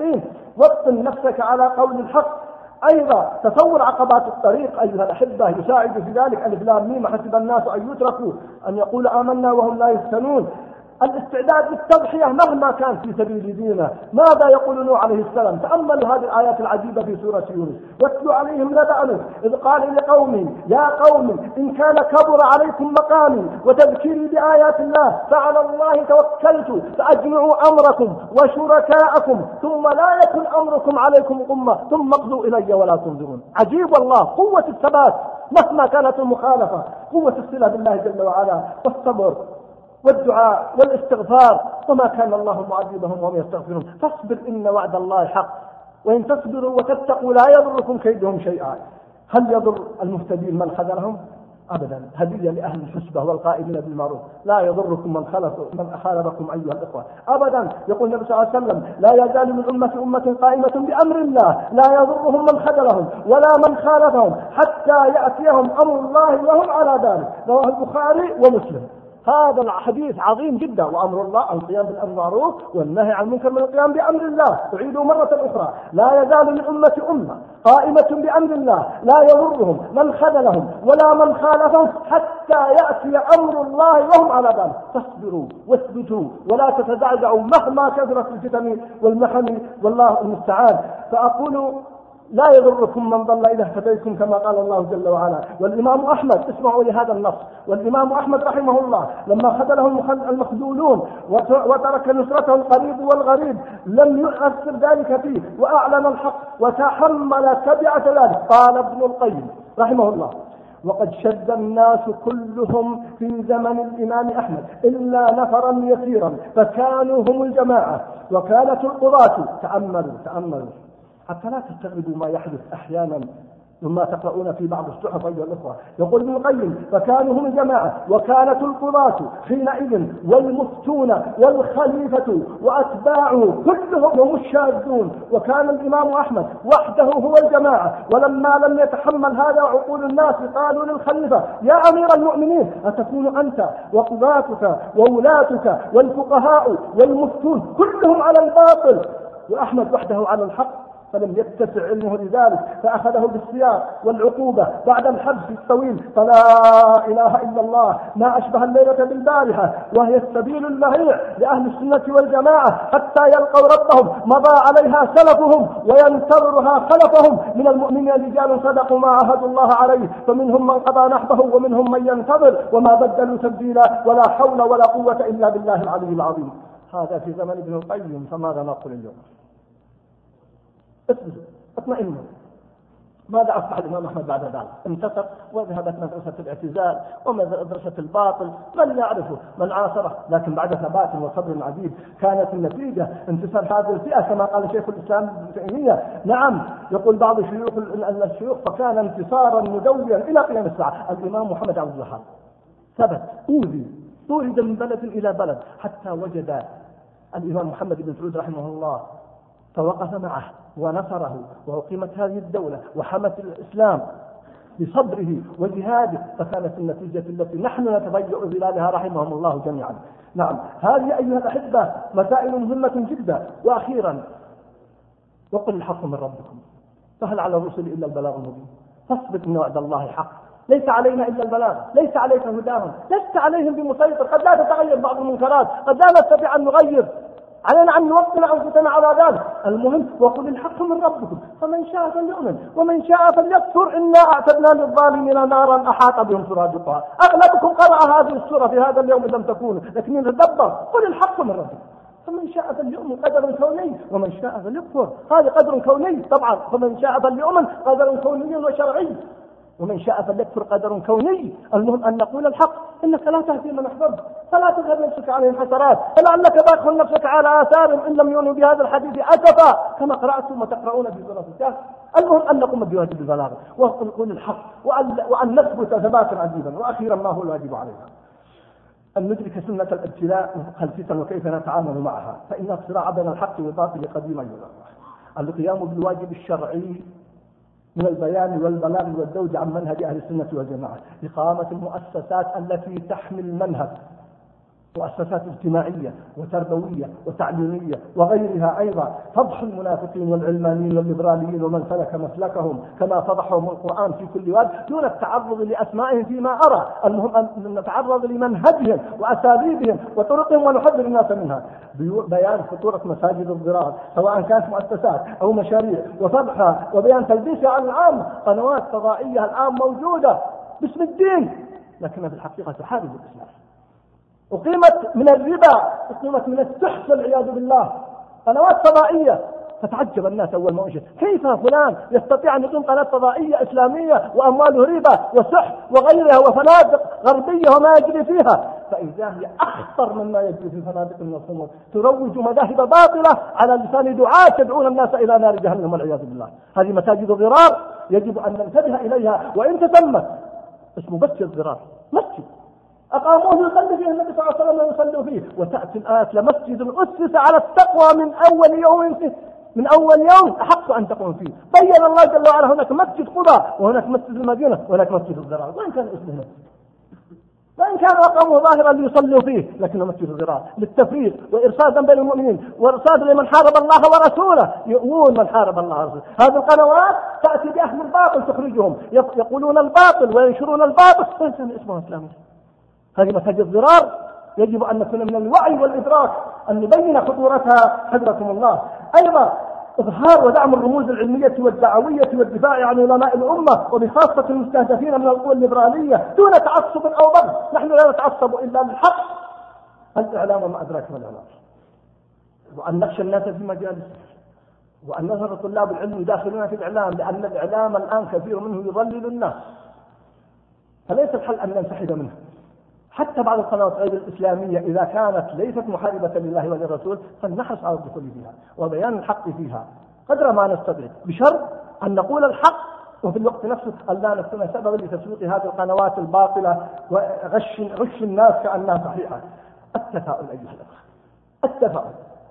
[SPEAKER 2] وطن نفسك على قول الحق. أيضا تصور عقبات الطريق أيها الأحبة يساعد في ذلك. ألف لام ميم حسب الناس أن يتركوا أن يقول آمنا وهم لا يفتنون. الاستعداد للتضحية مهما كان في سبيل دينه. ماذا يقول نوح عليه السلام؟ تأملوا هذه الآيات العجيبة في سورة يونس. واتلوا عليهم نبأ نوح إذ قال لقومه يا قوم إن كان كبر عليكم مقامي وتذكيري بآيات الله فعلى الله توكلت فأجمعوا أمركم وشركاءكم ثم لا يكن أمركم عليكم غمة ثم اقضوا إلي ولا تنظرون. عجيب والله، قوة الثبات مهما كانت المخالفة، قوة الصلة بالله جل وعلا، والصبر والدعاء والاستغفار. وما كان الله معذبهم وهم يستغفرون. فاصبر إن وعد الله حق وإن تصبروا وتتقوا لا يضركم كيدهم شيئا. هل يضر المهتدين من خذلهم؟ أبدا. هدية لأهل الحسبة والقائمين بالمعروف. لا يضركم من خلف من خالفكم أيها الإخوة أبدا. يقول النبي صلى الله عليه وسلم لا يزال من أمة أمة قائمة بأمر الله لا يضرهم من خذلهم ولا من خالفهم حتى يأتيهم أمر الله وهم على ذلك. رواه البخاري ومسلم. هذا الحديث عظيم جدا. وأمر الله القيام بالأمر بالمعروف والنهي عن المنكر من القيام بأمر الله. أعيده مرة أخرى، لا يزال من أمة أمة قائمة بأمر الله لا يضرهم من خذلهم ولا من خالفهم حتى يأتي أمر الله وهم على ذلك. فاصبروا واثبتوا ولا تتزعزعوا مهما كثرت الفتن والمحن والله المستعان. فأقول لا يضركم من ضل إذا اهتديتم كما قال الله جل وعلا. والإمام أحمد، اسمعوا لهذا النص، والإمام أحمد رحمه الله لما خذله المخذولون وترك نصرته القريب والغريب لم يؤثر ذلك فيه وأعلن الحق وتحمل تبعة ذلك. قال ابن القيم رحمه الله وقد شد الناس كلهم في زمن الإمام أحمد إلا نفرا يسيرا فكانوا هم الجماعة وكانت القضاة. تأملوا تأملوا حتى لا تستغربوا ما يحدث أحيانا مما تقرؤون في بعض الصحف أيها الأخوة. يقول ابن القيم فكانوا هم الجماعة وكانت القضاة حينئذ والمفتون والخليفة وأتباعه كلهم هم الشاذون وكان الإمام أحمد وحده هو الجماعة. ولما لم يتحمل هذا عقول الناس قالوا للخليفة يا أمير المؤمنين أتكون أنت وقضاتك وولاتك والفقهاء والمفتون كلهم على الباطل وأحمد وحده على الحق؟ فلم يتسع علمه لذلك فأخذه بالسياق والعقوبة بعد الحبس الطويل. فلا إله إلا الله ما أشبه الليلة بالبارحة، وهي السبيل المهيع لأهل السنة والجماعة حتى يلقوا ربهم، مضى عليها سلفهم وينتظرها خلفهم من المؤمنين رجال صدقوا ما عاهدوا الله عليه، فمنهم من قضى نحبه ومنهم من ينتظر وما بدلوا تبديلا، ولا حول ولا قوة إلا بالله العلي العظيم. هذا في زمن ابن القيم، فماذا نقول اليوم؟ اثبتوا اطمئنوا. ماذا أصبح الإمام أحمد بعد ذلك؟ انتصر وذهبت مدرسة الاعتزال ومدرسة الباطل، من يعرفه من عاصره، لكن بعد ثبات وصبر عديد كانت النتيجة انتصار هذه الفئة كما قال شيخ الإسلام ابن تيمية. نعم يقول بعض شيوخ الشيوخ فكان انتصارا مدويا إلى قيام الساعة. الإمام محمد عبد الوهاب ثبت، أوذي، طرد من بلد إلى بلد حتى وجد الإمام محمد بن سعود رحمه الله فوقف معه ونصره وأقيمت هذه الدولة وحمت الإسلام بصبره وجهاده، فكانت النتيجة التي نحن نتضيع ظلالها رحمهم الله جميعا. نعم هذه أيها الأحبة مسائل مهمة جدا. وأخيرا وقل الحق من ربكم، فهل على الرسل إلا البلاغ المبين، فاصبر إن وعد الله حق، ليس علينا إلا البلاغ، ليس عليك هداهم، لست عليهم بمسيطر، قد لا تتغير بعض المنكرات، قد لا نستطيع أن نغير، علينا أن نوطن أنفسنا على ذلك. المهم وقل الحق من ربكم فمن شاء فليؤمن ومن شاء فليكفر إنا أعتدنا للظالمين نارا أحاط بهم سرادقها. أغلبكم قرأ هذه السورة في هذا اليوم لم تكونوا، لكن يتدبر. قل الحق من ربكم فمن شاء فليؤمن قدر كوني ومن شاء فليكفر، هذا قدر كوني طبعا، فمن شاء فليؤمن قدر كوني وشرعي، ومن شاء فليكفر قدر كوني. المهم أن نقول الحق، إنك لا تهدي من أحببت، فلا تذهب نفسك عليهم حسرات، فلعلك باخع نفسك على آثارهم إن لم يؤمنوا بهذا الحديث أسفا كما قرأتم وتقرؤون في سورة الكهف. المهم أن نقوم بواجب البلاغة ونقول الحق وأن, وأن نثبت ثباتا عجيبا. وأخيرا ما هو الواجب علينا؟ أن ندرك سنة الابتلاء الفتن وكيف نتعامل معها، فإن الصراع بين الحق والباطل قديما يرى. القيام بالواجب الشرعي من البيان والبلاغ والزوج عن منهج أهل السنة والجماعة، إقامة المؤسسات التي تحمل المنهج، مؤسسات اجتماعية وتربوية وتعليمية وغيرها أيضا، فضح المنافقين والعلمانيين والليبراليين ومن سلك مسلكهم كما فضحهم القرآن في كل واد دون التعرض لأسمائهم فيما أرى. المهم أن نتعرض لمنهجهم وأساليبهم وطرقهم ونحذر الناس منها. بيان خطورة مساجد الضرار سواء كانت مؤسسات أو مشاريع وفضحها وبيان تلبيسها على العام. قنوات فضائية الآن موجودة باسم الدين لكنها في الحقيقة تحارب الإسلام. أقيمت من الربا، أقيمت من السحت والعياذ بالله، قنوات فضائية. فتعجب الناس أول ما أنشئ كيف فلان يستطيع أن يقيم قناة فضائية إسلامية وأمواله ربا وسحت وغيرها وفنادق غربية وما يجري فيها، فإذا هي أخطر مما يجري في الفنادق من الخمور، تروج مذاهب باطلة على لسان دعاة يدعون الناس إلى نار جهنم والعياذ بالله. هذه مساجد ضرار يجب أن ننتبه إليها، وإن تسمت اسمه بس الضرار مسجد أقاموه يصلي فيه النبي صلى الله عليه وسلم يصلوا فيه، وتأتي الآيات لمسجد أسس على التقوى من أول يوم فيه من أول يوم أحق أن تقوم فيه. بين الله جل وعلا هناك مسجد قباء وهناك مسجد المدينة وهناك مسجد الضرار، وإن كان اسمه مسجد، وإن كان أقاموا ظاهرا ليصلوا فيه لكنه مسجد الضرار للتفريق وإرصادا بين المؤمنين وإرصادا لمن حارب الله ورسوله، يؤمون من حارب الله ورسوله. هذه القنوات تأتي بأهل الباطل تخرجهم، يقولون الباطل وينشرون الباطل وإن كان اسمه إسلامي. هذه مساجد ضرار يجب أن نكون من الوعي والإدراك أن نبين خطورتها حذركم الله. أيضا إظهار ودعم الرموز العلمية والدعوية والدفاع عن علماء الأمة وبخاصة المستهدفين من القوى الليبرالية دون تعصب أو بغض. نحن لا نتعصب إلا للحق. الإعلام وما أدراك ما الإعلام، وأن نخشى الناس في مجالس، وأن نظهر طلاب العلم يداخلون في الإعلام، لأن الإعلام الآن كثير منه يضلل الناس، فليس الحل أن ننسحب منه. حتى بعض القنوات غير الإسلامية إذا كانت ليست محاربة لله وللرسول فلنحرص على الدخول فيها وبيان الحق فيها قدر ما نستطيع، بشرط أن نقول الحق وفي الوقت نفسه أن لا نكون سببا لتسويق هذه القنوات الباطلة وغش غش الناس كأنها صحيحة. التفاؤل أيها الأخوة، التفاؤل.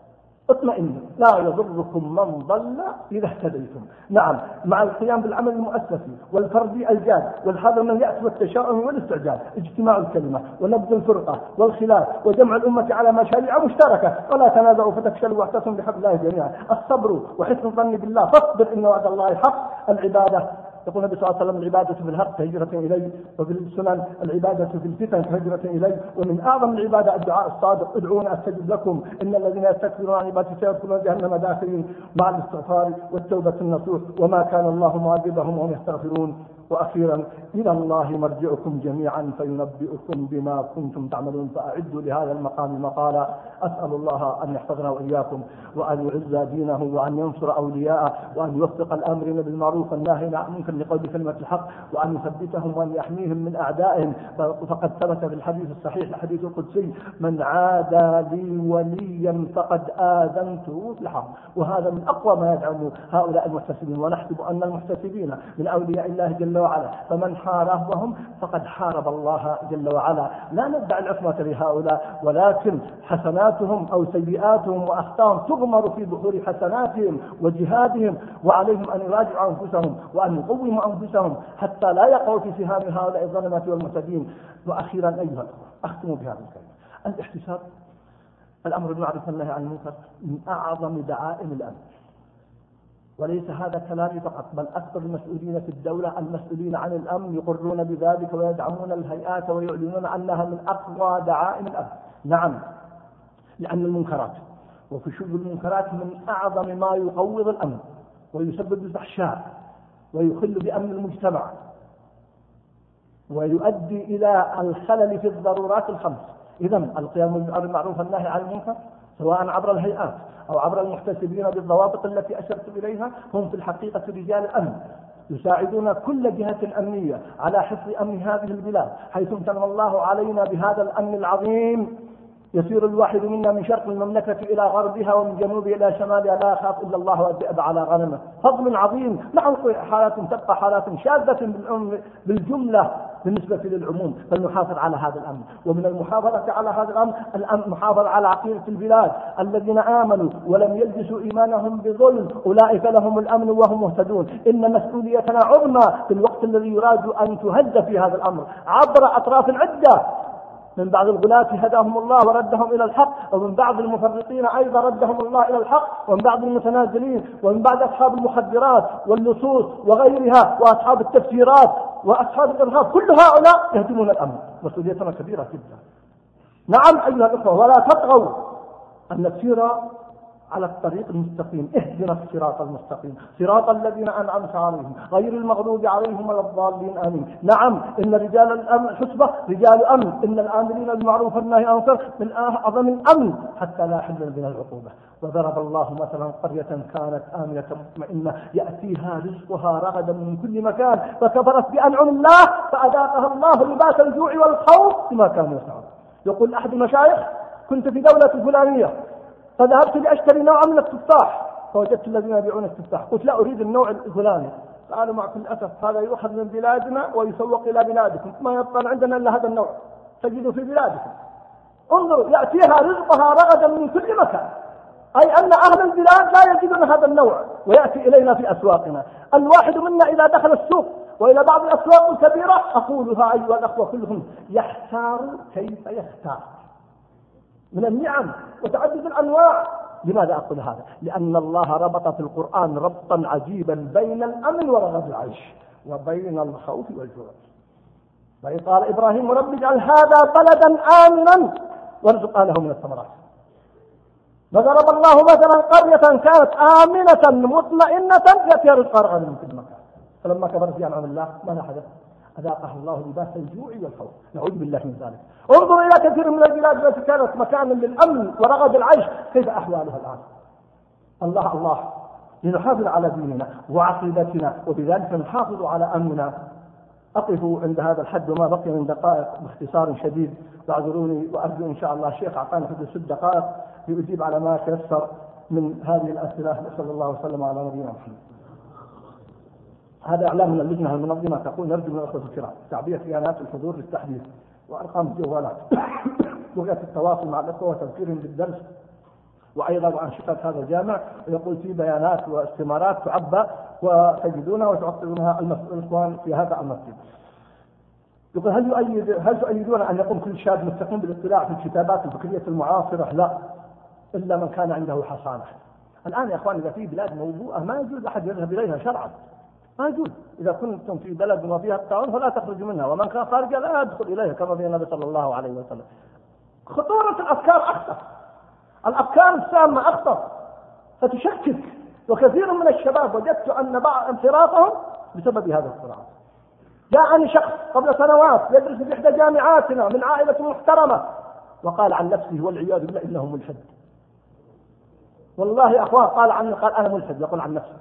[SPEAKER 2] اطمئنوا لا يضركم من ضل إذا اهتديتم. نعم، مع القيام بالعمل المؤسسي والفردي الجاد والحذر من اليأس والتشاؤم والاستعجال، اجتماع الكلمة ونبذ الفرقة والخلاف وجمع الأمة على مشاريع مشتركة، ولا تنازعوا فتفشلوا واعتصموا بحبل الله جميعا. الصبر وحسن الظن بالله، فاصبر إن وعد الله حق. العبادة، يقول النبي صلى الله عليه وسلم: العبادة في الحق هجرة إلي، وفي السنن: العبادة في الفتن هجرة إلي. ومن أعظم العبادة الدعاء الصادق: ادعوني أستجب لكم إن الذين يستكبرون عن عبادتي سيدخلون جهنم داخلين، مع الاستغفار والتوبة النصوح، وما كان الله معذبهم وهم يستغفرون. وأخيرا: إلى الله مرجعكم جميعا فينبئكم بما كنتم تعملون. فأعدوا لهذا المقام مقالا. أسأل الله أن يحفظنا وإياكم، وأن يعز دينه، وأن ينصر أولياءه، وأن يوفق الآمرين بالمعروف والناهين عن المنكر لقول كلمة الحق، وأن يثبتهم وأن يحميهم من أعدائهم. فقد ثبت في الحديث الصحيح الحديث القدسي: من عادى لي وليا فقد آذنته بالحرب. وهذا من أقوى ما يدعم هؤلاء المحتسبين، ونحسب أن المحتسبين من أولياء الله جل وعلا، فمن حاربهم فقد حارب الله جل وعلا. لا ندعي العصمة لهؤلاء، ولكن حسناتهم أو سيئاتهم وأخطاهم تغمر في بحور حسناتهم وجهادهم، وعليهم أن يراجعوا أنفسهم وأن يقوموا أنفسهم حتى لا يقعوا في سهام هؤلاء الظلمة والمعتدين. وأخيرا أيها الأخوة، أختم بهذا الكلام: الاحتساب، الأمر بالمعروف والنهي عن المنكر، من أعظم دعائم الأمن. وليس هذا كلامي فقط، بل أكثر المسؤولين في الدولة المسؤولين عن الأمن يقرون بذلك ويدعمون الهيئات ويعلنون أنها من أقوى دعائم الأمن. نعم، لأن المنكرات وكشوف المنكرات من أعظم ما يقوض الأمن ويسبب الفحشاء ويخل بأمن المجتمع ويؤدي إلى الخلل في الضرورات الخمس. إذن القيام بالمعروف والنهي عن المنكر سواء عبر الهيئات أو عبر المحتسبين بالضوابط التي أشرت إليها هم في الحقيقة رجال أمن، يساعدون كل جهة أمنية على حفظ أمن هذه البلاد، حيث امتن الله علينا بهذا الأمن العظيم. يسير الواحد منا من شرق المملكة إلى غربها ومن جنوبها إلى شمالها لا يخاف إلا الله والذئب على غنمه. فضل عظيم. نعم، حالات تبقى حالات شاذة بالجملة بالنسبة للعموم، فلنحافظ على هذا الأمن. ومن المحافظة على هذا الأمن الأمن محافظة على عقيدة البلاد. الذين آمنوا ولم يلبسوا إيمانهم بظلم أولئك لهم الأمن وهم مهتدون. إن مسؤوليتنا عظمى في الوقت الذي يراد أن تهز في هذا الأمر عبر أطراف عدة، من بعض الغلاة هداهم الله وردهم إلى الحق، ومن بعض المفرطين أيضا ردهم الله إلى الحق، ومن بعض المتنازلين، ومن بعض أصحاب المخدرات واللصوص وغيرها وأصحاب التفسيرات وأصحاب الإرهاب. كل هؤلاء يهدمون الأمن. مسؤوليتنا كبيرة جدا. نعم أيها الأخوة، ولا تطغوا أن نسير على الطريق المستقيم. اهدنا الصراط المستقيم صراط الذين أنعمت عليهم غير المغضوب عليهم ولا الضالين آمين. نعم، إن رجال الأمن حسبة رجال أمن، إن الآمرين بالمعروف والنهي عن المنكر من أعظم الأمن حتى لا يحل بنا العقوبة. وضرب الله مثلا قرية كانت آمنة مطمئنة يأتيها رزقها رغدا من كل مكان فكفرت بأنعم الله فأذاقها الله لباس الجوع والخوف بما كانوا يصنعون. يقول أحد المشايخ: كنت في دولة فلانية فذهبت لأشتري نوع من التفاح فوجدت الذين يبيعون التفاح، قلت: لا أريد النوع الفلاني. قالوا: مع كل أسف هذا يؤخذ من بلادنا ويسوق إلى بلادكم، ما يبقى عندنا إلا هذا النوع تجده في بلادكم. انظروا، يأتيها رزقها رغدا من كل مكان، أي أن أهل البلاد لا يجدون هذا النوع ويأتي إلينا في أسواقنا. الواحد منا إذا دخل السوق وإلى بعض الأسواق الكبيرة، أقولها أيها الأخوة كلهم، يحتار كيف يختار من النعم وتعدد الأنواع. لماذا أقول هذا؟ لأن الله ربط في القرآن ربطا عجيبا بين الأمن ورغد العيش وبين الخوف والجوع. وإذ قال إبراهيم: رب اجعل هذا بلدا آمنا وارزق أهله من الثمرات. وضرب الله مثلا قرية كانت آمنة مطمئنة يأتيها رزقها رغدا من كل مكان فلما كفرت بأنعم الله ماذا حدث؟ أذاقها الله لباس الجوع والخوف. نعوذ بالله من ذلك. انظر إلى كثير من البلاد التي كانت مكانا للأمن ورغد العيش كيف أحوالها الآن. الله الله، لنحافظ على ديننا وعقيدتنا وبذلك نحافظ على أمننا. أقف عند هذا الحد وما بقي من دقائق باختصار شديد، واعذروني، وأرجو إن شاء الله الشيخ أعطانا حدود ست دقائق ليجيب على ما تيسر من هذه الأسئلة. صلى الله وسلم على نبينا محمد. هذا إعلام من اللجنة المنظمة تقول: نرجو من الأخوة الكرام تعبئة بيانات الحضور للتحديث وأرقام الجوالات، لغة التواصل مع الأخوة وتذكيرهم بالدرس وأيضا أنشطة هذا الجامع يقول في بيانات واستمارات تعبى وتجدونها وتعطونها الإخوان في هذا المسجد. يقول هل يؤيد هل تؤيدون أن يقوم كل شاب مستقيم بالاطلاع في الكتابات الفكرية المعاصرة؟ لا، إلا من كان عنده حصانة. الآن يا أخوان إذا في بلاد موضوعة ما يجوز أحد يذهب إليها شرعا، ما يجوز. إذا كنتم في بلد وفيها الطاعون فلا تخرجوا منها، ومن كان خارجا لا يدخل إليها كما في النبي صلى الله عليه وسلم. خطورة الأفكار أخطر، الأفكار السامة أخطر فتشكك، وكثير من الشباب وجدت أن بعض انحرافهم بسبب هذا الصراع. جاءني شخص قبل سنوات يدرس في إحدى جامعاتنا من عائلة محترمة وقال عن نفسه والعياذ بالله إنه ملحد. والله يا أخوان قال عنه قال أنا ملحد يقول عن نفسه.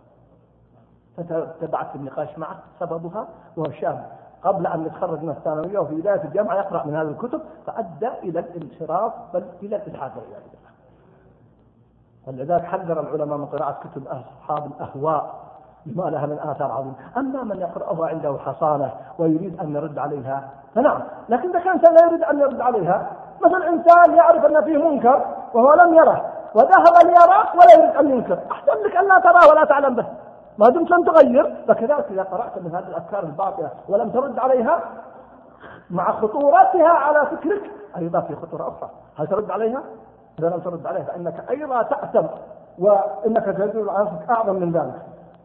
[SPEAKER 2] فتبعت النقاش معه سببها وهو شاب قبل أن يتخرج من الثانوية وفي بداية الجامعة يقرأ من هذه الكتب فأدى إلى الانحراف بل إلى الإلحاد والعياذ بالله. ولذلك حذر العلماء من قراءة كتب أصحاب الأهواء لما لها من آثار عظيمة. أما من يقرأها عنده حصانة ويريد أن يرد عليها فنعم، لكن إذا كان لا يريد أن يرد عليها، مثل إنسان يعرف أن فيه منكر وهو لم يره وذهب ليراه ولا يريد أن ينكر، أحسن لك أن لا تراه ولا تعلم به ما دمت لم تغير. فكذلك إذا قرأت من هذه الأفكار الباطلة ولم ترد عليها مع خطورتها على فكرك أيضا في خطورة أخرى، هل ترد عليها؟ إذا لم ترد عليها فإنك أيضا تأثم وإنك تجد على نفسك أعظم من ذلك.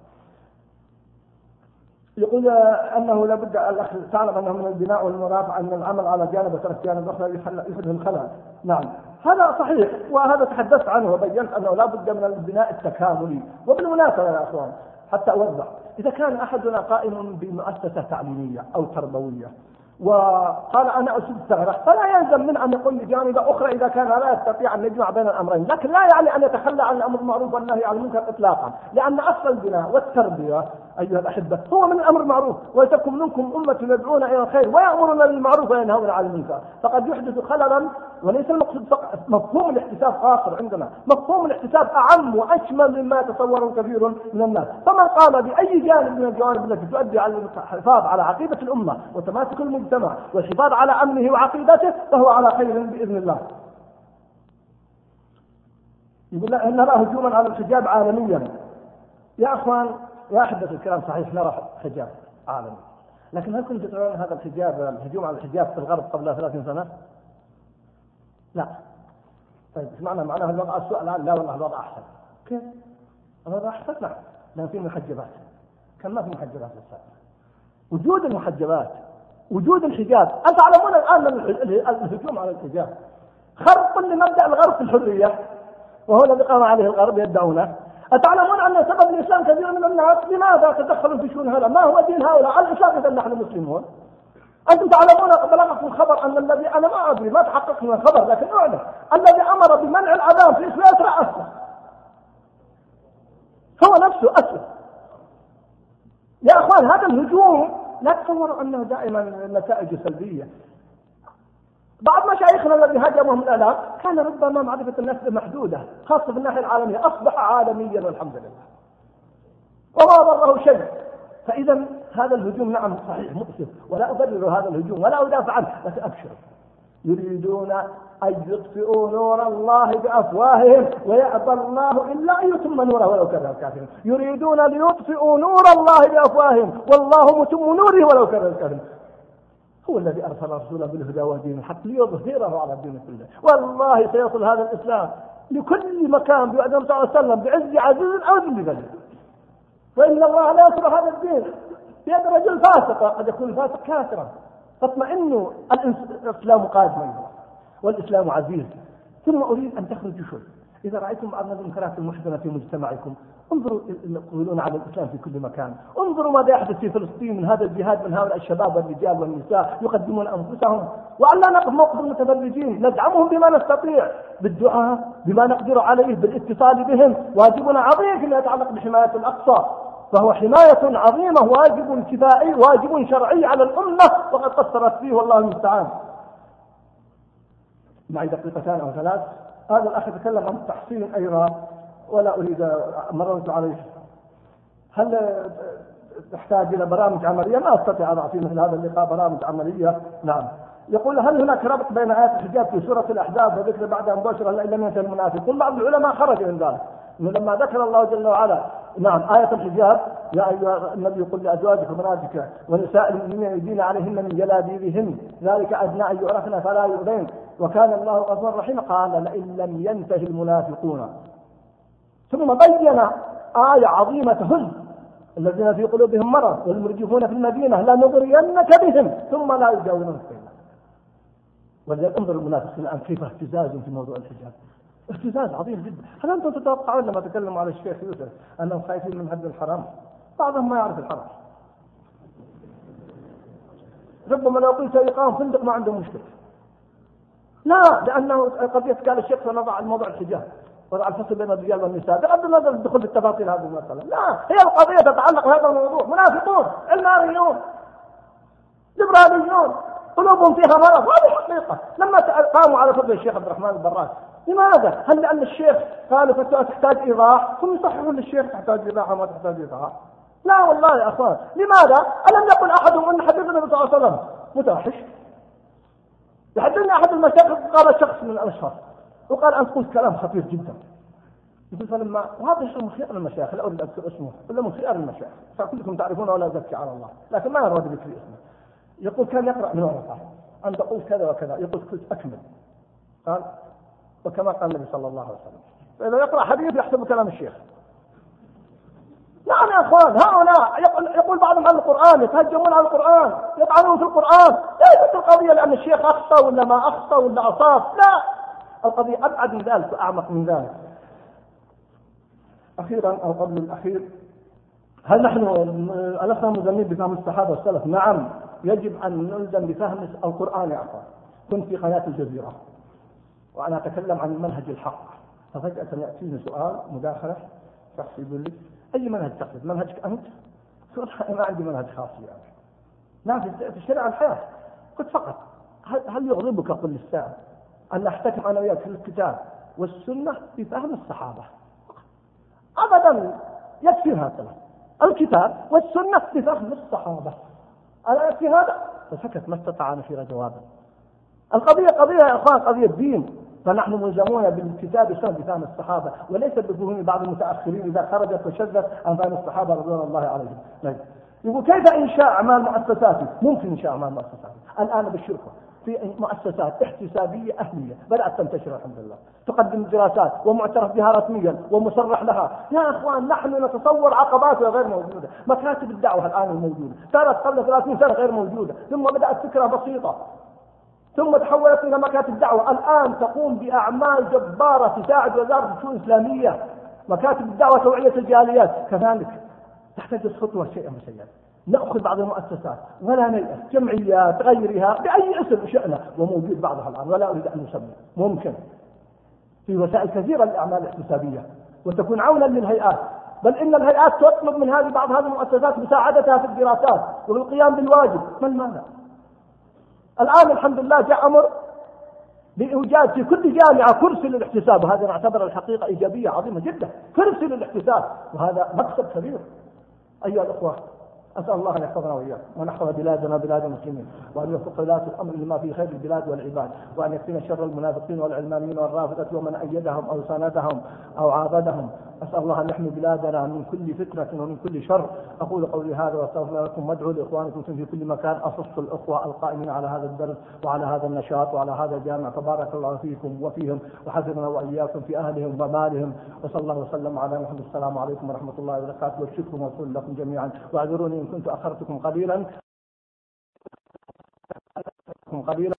[SPEAKER 2] يقول أنه لابد الأخ تعلم أنه من البناء والمرافعة أن العمل على جانب وترك جانب أخرى يفيده الخلل. نعم هذا صحيح، وهذا تحدثت عنه وبينت أنه لابد من البناء التكاملي. وبالمناسبة يا أخوان حتى أوضح، إذا كان أحدنا قائم بمؤسسة تعليمية أو تربوية وقال أنا أسد ثغرة فلا يلزم من أن يقوم بجانب أخرى إذا كان لا يستطيع أن يجمع بين الأمرين، لكن لا يعني أن يتخلى عن الأمر المعروف والنهي عن المنكر إطلاقا، لأن أصل البناء والتربية أيها الأحبة هو من الأمر المعروف. ولتكن منكم أمة يدعون إلى الخير ويأمرون بالمعروف وينهون عن المنكر. فقد يحدث خللا، وليس المقصود فقط مفهوم الاحتساب قاصر عندنا، مفهوم الاحتساب أعم وأشمل مما يتصوره كثير من الناس. فمن قام بأي جانب من الجوانب التي تؤدي على الحفاظ على عقيدة الأمة وتماسك المجتمع والحفاظ على أمنه وعقيدته فهو على خير بإذن الله. يقول إن نرى هجوما على الحجاب عالميا. يا أخوان يا أحبة الكلام صحيح نرى حجاب عالمي، لكن هل كنتم ترون هذا الحجاب الهجوم على الحجاب في الغرب قبل ثلاثين سنة؟ لا. طيب ايش معنى معناها الوضع السوء الآن؟ لا والله الوضع أحسن. كيف؟ الوضع أحسن؟ نعم، لأن في محجبات، كان ما في محجبات للسابق. وجود المحجبات، وجود الحجاب، أنت تعلمون الآن الهجوم على الحجاب خرق لمبدأ الغرب في الحرية وهو الذي قام عليه الغرب يدعونه. أتعلمون أن سبب الإسلام كثير من الناس لماذا تدخلوا في شؤون هؤلاء؟ ما هو دين هؤلاء؟ الإسلام إذا نحن مسلمون. أنتم تعلمون بلغكم الخبر أن الذي أنا ما أدري ما تحقق من الخبر لكن أعلم الذي أمر بمنع الأذان في سويسرا أسلم، هو نفسه أسلم. يا أخوان هذا الهجوم لا تصوروا أنه دائما نتائج سلبية. بعض مشايخنا الذي هاجمهم الآلاف كان ربما معرفة الناس محدودة خاصة في الناحية العالمية، أصبح عالميا والحمد لله وما ضره شيء. فإذا هذا الهجوم نعم صحيح مؤسف ولا أبرر هذا الهجوم ولا أدافع عنه، لكن أبشر يريدون أن يطفئوا نور الله بأفواههم ويأبى الله إلا أن يتم نوره ولو كره الكافرون. يريدون ليطفئوا نور الله بأفواههم والله متم نوره ولو كره الكافرون. هو الذي أرسل رسوله بالهدى ودين الحق ليظهره على الدين كله. والله سيصل هذا الإسلام لكل مكان بأذن الله صلى الله عليه وسلم بعز عزيز أو ذل ذليل. وإن الله لا يصل هذا الدين بيد رجل فاسق، قد يكون الفاسق كافرا. فاطمئنوا الإسلام قادم والإسلام عزيز. ثم أريد أن تخرجوا شوي. إذا رأيتم بعض المنكرات المحزنة في مجتمعكم انظروا يقولون على الإسلام في كل مكان. انظروا ماذا يحدث في فلسطين من هذا الجهاد من هؤلاء الشباب والرجال والنساء يقدمون أنفسهم، وأن لا نقف موقف المتفرجين ندعمهم بما نستطيع بالدعاء بما نقدر عليه بالاتصال بهم. واجبنا عظيم فيما يتعلق بحماية الأقصى، فهو حماية عظيمة واجب كفائي واجب شرعي على الأمة وقد قصرت فيه والله المستعان. معي دقيقتان أو ثلاث. هذا الأخ يتكلم عن التحصين أيضا ولا أريد مررت عليه. هل تحتاج إلى برامج عملية؟ ما أستطيع أن أعطي مثل هذا اللقاء برامج عملية. نعم يقول هل هناك ربط بين آيات الحجاب في سورة الأحزاب وذكر بعدها مباشرة إن لم ينتهي المنافقون؟ بعض العلماء خرج من ذلك، إنه لما ذكر الله جل وعلا نعم آية الحجاب يا أيها النبي قل لأزواجك وبناتك ونساء المؤمنين يدين عليهن من جلابيبهن ذلك أدنى أن يعرفن فلا يؤذين وكان الله غفورا رحيما. قال لئن لم ينتهي المنافقون، ثم بين آية عظيمة هز الذين في قلوبهم مرض والمرجفون في المدينة لنغرينك بهم ثم لا يجاورونك فيها. ولذلك انظر المنافقين الآن كيف اهتزاز في موضوع الحجاب، اهتزاز عظيم جدا. هل أنتم تتوقعون لما تكلموا على الشيخ يوسف أنهم خايفين من هدم الحرام؟ بعضهم ما يعرف الحرام، ربما لو قلت إقام فندق ما عنده مشكلة. لا، لأنه قضية قال الشيخ سنضع الموضوع الحجاب وضع الفصل بين الرجال والنساء بغض النظر الدخول في التفاصيل هذه المسألة. لا، هي القضية تتعلق بهذا الموضوع. منافقون، علمانيون، ليبراليون، قلوبهم فيها مرض، هذه حقيقة. لما قاموا على فضل الشيخ عبد الرحمن البراك، لماذا؟ هل لأن الشيخ قالوا فتوى تحتاج إيضاح ثم يصححون للشيخ تحتاج إيضاح وما تحتاج إيضاح؟ لا والله يا أخوان. لماذا؟ ألم يقل أحدهم أن حديث النبي صلى الله عليه وسلم متوحش؟ يحدثني أحد المشايخ قال شخص من الأشخاص وقال أنت قلت كلام خطير جدا. يقول فلما وهذا شيء من خيار المشايخ، لا أريد أذكر اسمه ولا من خيار المشايخ فكلكم تعرفونه ولا أزكي على الله، لكن ما أراد ذكر اسمه. يقول كان يقرأ من ورقة أنت قلت كذا وكذا، يقول قلت أكمل. قال وكما قال النبي صلى الله عليه وسلم. فإذا يقرأ حديث يحسب كلام الشيخ. نعم يا أخوان، هؤلاء يقول, يقول بعضهم عن القرآن، يتهجمون على القرآن، يطعنون في القرآن. ليست القضية لأن الشيخ أخطأ ولا ما أخطأ ولا أصاب، لا، القضية أبعد من ذلك وأعمق من ذلك. أخيرا أو قبل الأخير، هل نحن ألسنا ملزمين بفهم الصحابة والسلف؟ نعم، يجب أن نلزم بفهم القرآن يا أخوان. كنت في قناة الجزيرة وأنا أتكلم عن المنهج الحق، ففجأة يأتيني سؤال مداخلة، شخص يقول لي أي منهج تقصد؟ منهجك أنت؟ قلت ما عندي منهج خاص يعني. نعم في الشريعة الحياة. قلت فقط هل يغضبك كل الساعة أن أحتكم أنا وياك في الكتاب والسنة بفهم الصحابة؟ أبدا، يكفي هذا الكتاب والسنة بفهم الصحابة. ألا يكفي هذا؟ فسكت، ما استطاع أن يشير جوابا. القضية قضية يا أخوان قضية دين، فنحن ملزمون بالكتاب والسنة بفهم الصحابة وليس بفهم بعض المتأخرين إذا خرجت وشذت عن فهم الصحابة رضوان الله عليهم. يقول كيف إنشاء أعمال مؤسساتي؟ ممكن إنشاء أعمال مؤسساتي الآن بالشركة في مؤسسات احتسابية أهلية بدأت تنتشر الحمد لله، تقدم دراسات ومعترف بها رسميا ومصرح لها. يا أخوان نحن نتصور عقباتها غير موجودة. مكاتب الدعوة الآن الموجودة كانت قبل ثلاثين سنة غير موجودة، ثم بدأت فكرة بسيطة ثم تحولت إلى مكاتب دعوة الآن تقوم بأعمال جبارة تساعد وزارة الشؤون الإسلامية. مكاتب الدعوة توعية الجاليات كذلك تحتاج خطوة شيئا فشيئا. نأخذ بعض المؤسسات ولا نيأس، جمعيات غيرها بأي اسم شأنه وموجود بعضها الآن ولا أريد أن نسمي، ممكن في وسائل كثيرة للأعمال الاحتسابية وتكون عونا للهيئات، بل إن الهيئات تطلب من هذه بعض هذه المؤسسات مساعدتها في الدراسات والقيام بالواجب. ما المانع؟ الآن الحمد لله جاء أمر بإيجاد في كل جامعة كرسي للاحتساب، وهذا نعتبر الحقيقة إيجابية عظيمة جدا، كرسي للاحتساب، وهذا مكسب كبير. أيها الأخوة، أسأل الله أن يحفظنا وإياكم ونحفظ بلادنا بلاد المسلمين، وأن يوفق ولاة الأمر لما فيه خير البلاد والعباد، وأن يكفينا شر المنافقين والعلمانيين والرافضة ومن أيدهم أو ساندهم أو عاضدهم. أسأل الله أن يحمي بلادنا من كل فتنة ومن كل شر. أقول قولي هذا واستغفر لكم وادعوا لإخوانكم في كل مكان. أخص الأخوة القائمين على هذا الدرس وعلى هذا النشاط وعلى هذا الجامع، تبارك الله فيكم وفيهم وحفظنا وإياكم في أهلهم ومالهم، وصلى الله وسلم على محمد. السلام عليكم ورحمة الله وبركاته، والشكر موصول لكم جميعا، واعذروني إن كنت أخرتكم قليلا قليلا